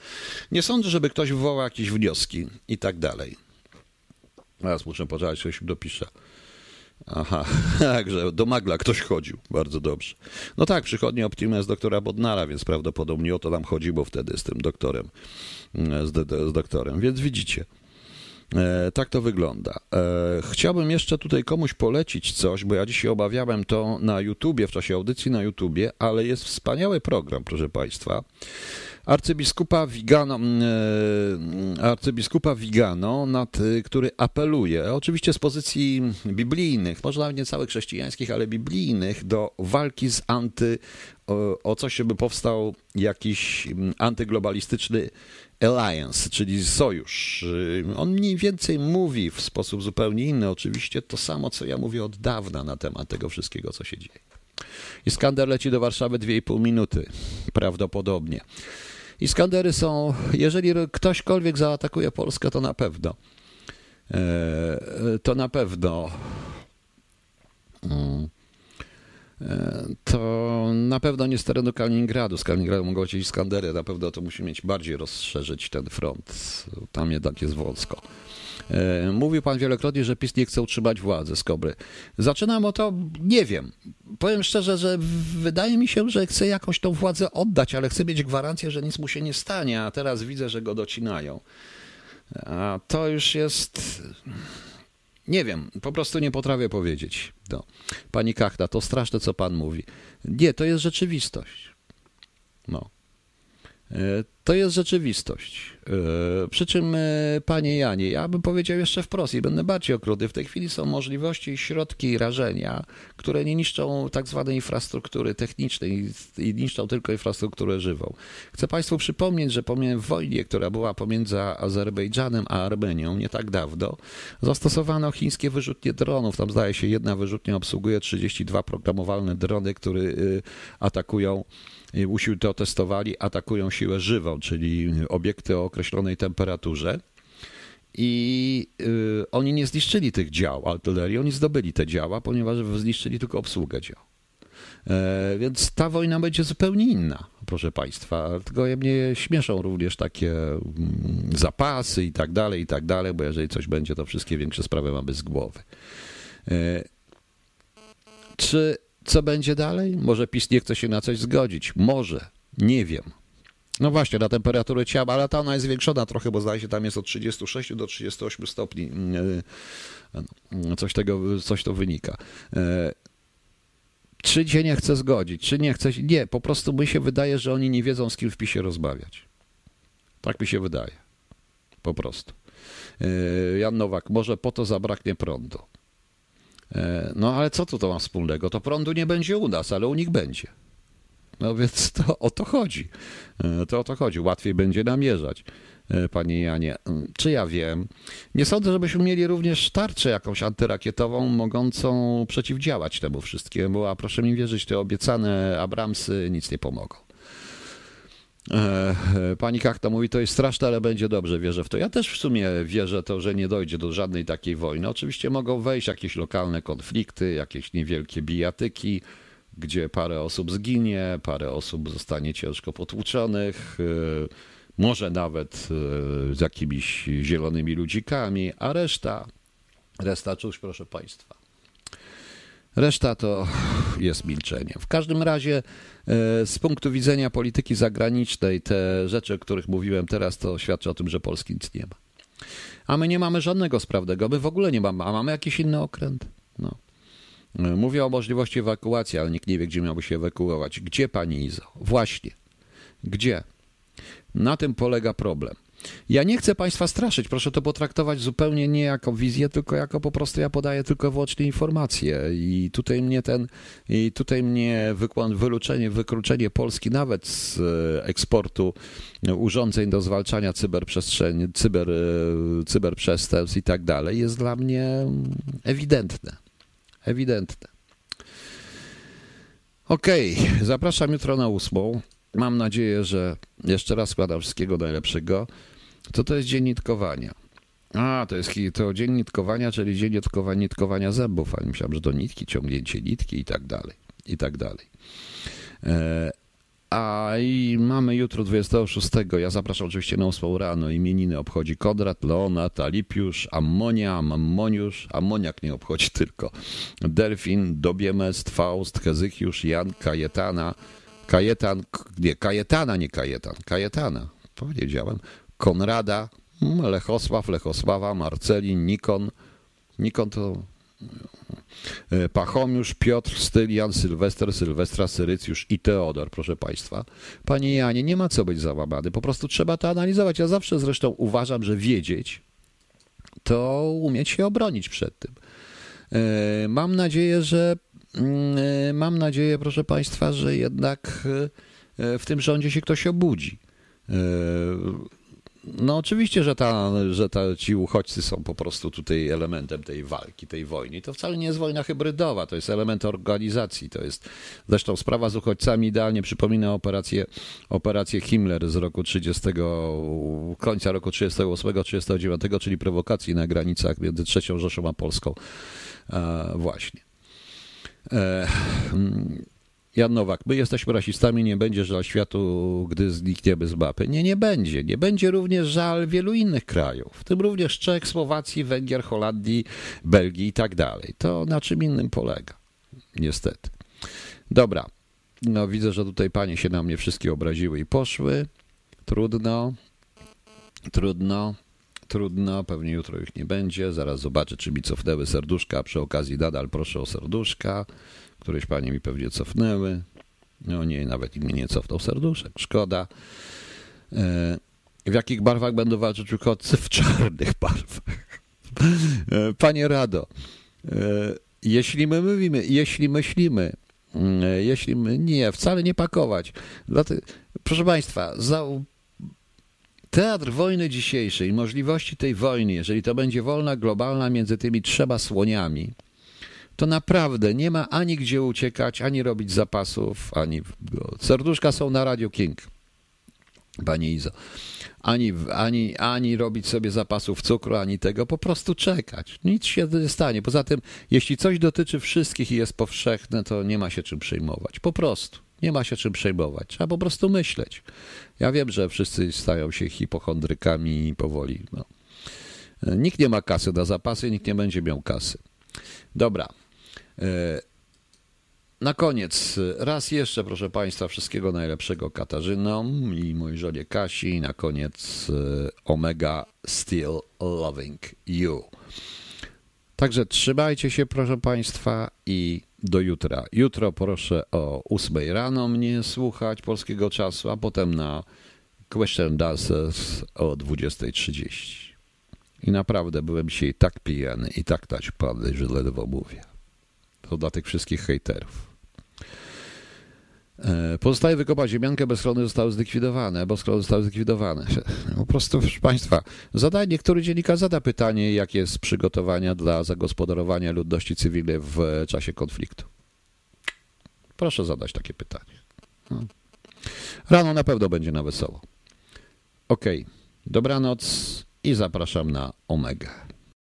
Nie sądzę, żeby ktoś wywołał jakieś wnioski i tak dalej. Teraz muszę poczekać, coś mi dopisze. Aha, także do Magla ktoś chodził, bardzo dobrze. No tak, przychodnia Optima z doktora Bodnara, więc prawdopodobnie o to nam chodziło wtedy z tym doktorem, z, z doktorem, więc widzicie. E, tak to wygląda. E, chciałbym jeszcze tutaj komuś polecić coś, bo ja dzisiaj obawiałem to na YouTubie, w czasie audycji na YouTubie, ale jest wspaniały program, proszę Państwa. Arcybiskupa Vigano, e, arcybiskupa Vigano, nad, który apeluje, oczywiście z pozycji biblijnych, może nawet nie całych chrześcijańskich, ale biblijnych, do walki z anty, o, o coś, żeby powstał jakiś antyglobalistyczny alliance, czyli sojusz. On mniej więcej mówi w sposób zupełnie inny, oczywiście to samo, co ja mówię od dawna na temat tego wszystkiego, co się dzieje. Iskander leci do Warszawy dwie i pół minuty, prawdopodobnie. Iskandery są, jeżeli ktośkolwiek zaatakuje Polskę, to na pewno. To na pewno. To na pewno nie z terenu Kaliningradu. Z Kaliningradu mogą lecieć Iskandery. Na pewno to musi mieć bardziej rozszerzyć ten front. Tam jednak jest wąsko. Mówił pan wielokrotnie, że PiS nie chce utrzymać władzy z Kobry. Zaczynam o to, nie wiem. Powiem szczerze, że wydaje mi się, że chce jakoś tą władzę oddać, ale chce mieć gwarancję, że nic mu się nie stanie, a teraz widzę, że go docinają. A to już jest... Nie wiem, po prostu nie potrafię powiedzieć. No. Pani Kachta, to straszne, co pan mówi. Nie, to jest rzeczywistość. No. To jest rzeczywistość. Przy czym, panie Janie, ja bym powiedział jeszcze wprost i będę bardziej okrutny. W tej chwili są możliwości i środki rażenia, które nie niszczą tak zwanej infrastruktury technicznej i niszczą tylko infrastrukturę żywą. Chcę państwu przypomnieć, że w wojnie, która była pomiędzy Azerbejdżanem a Armenią nie tak dawno, zastosowano chińskie wyrzutnie dronów. Tam zdaje się jedna wyrzutnia obsługuje trzydzieści dwa programowalne drony, które atakują, usił to testowali, atakują siłę żywą, czyli obiekty o określonej temperaturze. I y, oni nie zniszczyli tych dział artylerii, oni zdobyli te działa, ponieważ zniszczyli tylko obsługę dział. E, więc ta wojna będzie zupełnie inna, proszę państwa. Tylko mnie śmieszą również takie mm, zapasy i tak dalej, i tak dalej, bo jeżeli coś będzie, to wszystkie większe sprawy mamy z głowy. E, czy co będzie dalej? Może PiS nie chce się na coś zgodzić. Może. Nie wiem. No właśnie, na temperaturę ciała, ale ta ona jest zwiększona trochę, bo zdaje się tam jest od trzydziestu sześciu do trzydziestu ośmiu stopni. Coś tego, coś to wynika. Czy się nie chce zgodzić, czy nie chce... Nie, po prostu mi się wydaje, że oni nie wiedzą, z kim w PiSie rozmawiać. Tak mi się wydaje. Po prostu. Jan Nowak, może po to zabraknie prądu. No ale co tu to ma wspólnego? To prądu nie będzie u nas, ale u nich będzie. No więc to o to chodzi. To o to chodzi. Łatwiej będzie namierzać, panie Janie. Czy ja wiem? Nie sądzę, żebyśmy mieli również tarczę jakąś antyrakietową, mogącą przeciwdziałać temu wszystkiemu, a proszę mi wierzyć, te obiecane Abramsy nic nie pomogą. Pani Kachta mówi, to jest straszne, ale będzie dobrze, wierzę w to. Ja też w sumie wierzę to, że nie dojdzie do żadnej takiej wojny. Oczywiście mogą wejść jakieś lokalne konflikty, jakieś niewielkie bijatyki, gdzie parę osób zginie, parę osób zostanie ciężko potłuczonych, może nawet z jakimiś zielonymi ludzikami, a reszta, reszta cóż, proszę państwa, reszta to jest milczenie. W każdym razie z punktu widzenia polityki zagranicznej te rzeczy, o których mówiłem teraz, to świadczy o tym, że Polski nic nie ma. A my nie mamy żadnego sprawnego, my w ogóle nie mamy, a mamy jakiś inny okręt. No. Mówię o możliwości ewakuacji, ale nikt nie wie, gdzie miałby się ewakuować. Gdzie, pani Izo? Właśnie. Gdzie? Na tym polega problem. Ja nie chcę państwa straszyć, proszę to potraktować zupełnie nie jako wizję, tylko jako po prostu ja podaję tylko wyłącznie informacje i tutaj mnie ten, i tutaj mnie wykluczenie, wykluczenie Polski nawet z eksportu urządzeń do zwalczania cyberprzestrzeni, cyber, cyberprzestępstw i tak dalej jest dla mnie ewidentne. Ewidentne. Okej, okay, zapraszam jutro na ósmą. Mam nadzieję, że jeszcze raz składam wszystkiego najlepszego. Co to jest dzień nitkowania? A, to jest to dzień nitkowania, czyli dzień nitkowania, nitkowania zębów. A myślałem, że to nitki, ciągnięcie nitki i tak dalej. I tak dalej. E, A i mamy jutro dwudziestego szóstego. Ja zapraszam oczywiście na ósmą rano. Imieniny obchodzi Konrad, Leonard, Alipiusz, Ammonia, Ammoniusz. Ammoniak nie obchodzi tylko. Delfin, Dobiemest, Faust, Hezychiusz, Jan, Kajetana. Kajetan, nie, Kajetana, nie Kajetan. Kajetana, powiedziałem. Konrada, Lechosław, Lechosława, Marcelin, Nikon. Nikon to... Pachomiusz, Piotr, Stylian, Sylwester, Sylwestra, Syrycjusz i Teodor, proszę Państwa. Panie Janie, nie ma co być załamany, po prostu trzeba to analizować. Ja zawsze zresztą uważam, że wiedzieć to umieć się obronić przed tym. Mam nadzieję, że mam nadzieję, proszę Państwa, że jednak w tym rządzie się ktoś obudzi. No oczywiście, że, ta, że ta, ci uchodźcy są po prostu tutaj elementem tej walki, tej wojny. To wcale nie jest wojna hybrydowa, to jest element organizacji. To jest zresztą sprawa z uchodźcami idealnie przypomina operację, operację Himmler z roku trzydziestego, końca roku trzydziestego ósmego trzydziestego dziewiątego, czyli prowokacji na granicach między trzecią Rzeszą a Polską. E, właśnie. E, Jan Nowak, my jesteśmy rasistami, nie będzie żal światu, gdy znikniemy z mapy. Nie, nie będzie. Nie będzie również żal wielu innych krajów, w tym również Czech, Słowacji, Węgier, Holandii, Belgii i tak dalej. To na czym innym polega, niestety. Dobra, no widzę, że tutaj panie się na mnie wszystkie obraziły i poszły. Trudno, trudno, trudno, pewnie jutro ich nie będzie. Zaraz zobaczę, czy mi cofnęły serduszka, a przy okazji nadal proszę o serduszka. Któreś panie mi pewnie cofnęły. No nie, nawet mi nie cofnął serduszek. Szkoda. W jakich barwach będą walczyć uchodźcy? W czarnych barwach. Panie Rado, jeśli my mówimy, jeśli myślimy, jeśli my, nie, wcale nie pakować. Dlatego, proszę Państwa, za, teatr wojny dzisiejszej, możliwości tej wojny, jeżeli to będzie wojna globalna między tymi trzema słoniami, to naprawdę nie ma ani gdzie uciekać, ani robić zapasów, ani... Serduszka są na Radio King, pani Izo. Ani, ani, ani robić sobie zapasów cukru, ani tego, po prostu czekać. Nic się nie stanie. Poza tym, jeśli coś dotyczy wszystkich i jest powszechne, to nie ma się czym przejmować. Po prostu. Nie ma się czym przejmować. Trzeba po prostu myśleć. Ja wiem, że wszyscy stają się hipochondrykami powoli. No. Nikt nie ma kasy na zapasy, nikt nie będzie miał kasy. Dobra. Na koniec raz jeszcze, proszę Państwa, wszystkiego najlepszego Katarzynom i mojej żonie Kasi. I na koniec Omega Still Loving You. Także trzymajcie się, proszę Państwa, i do jutra. Jutro proszę o ósmej rano mnie słuchać polskiego czasu, a potem na Question and Answers o dwudziestej trzydzieści. I naprawdę byłem dzisiaj tak pijany i tak naćpany, że ledwo mówię. To dla tych wszystkich hejterów. Pozostaje wykopać ziemiankę, bo schrony zostały zlikwidowane, bo schrony zostały zlikwidowane. Po prostu, proszę Państwa, zadaje, niektóry dziennikarz zada pytanie, jakie jest przygotowania dla zagospodarowania ludności cywilnej w czasie konfliktu. Proszę zadać takie pytanie. No. Rano na pewno będzie na wesoło. Okej, okay. Dobranoc i zapraszam na Omegę.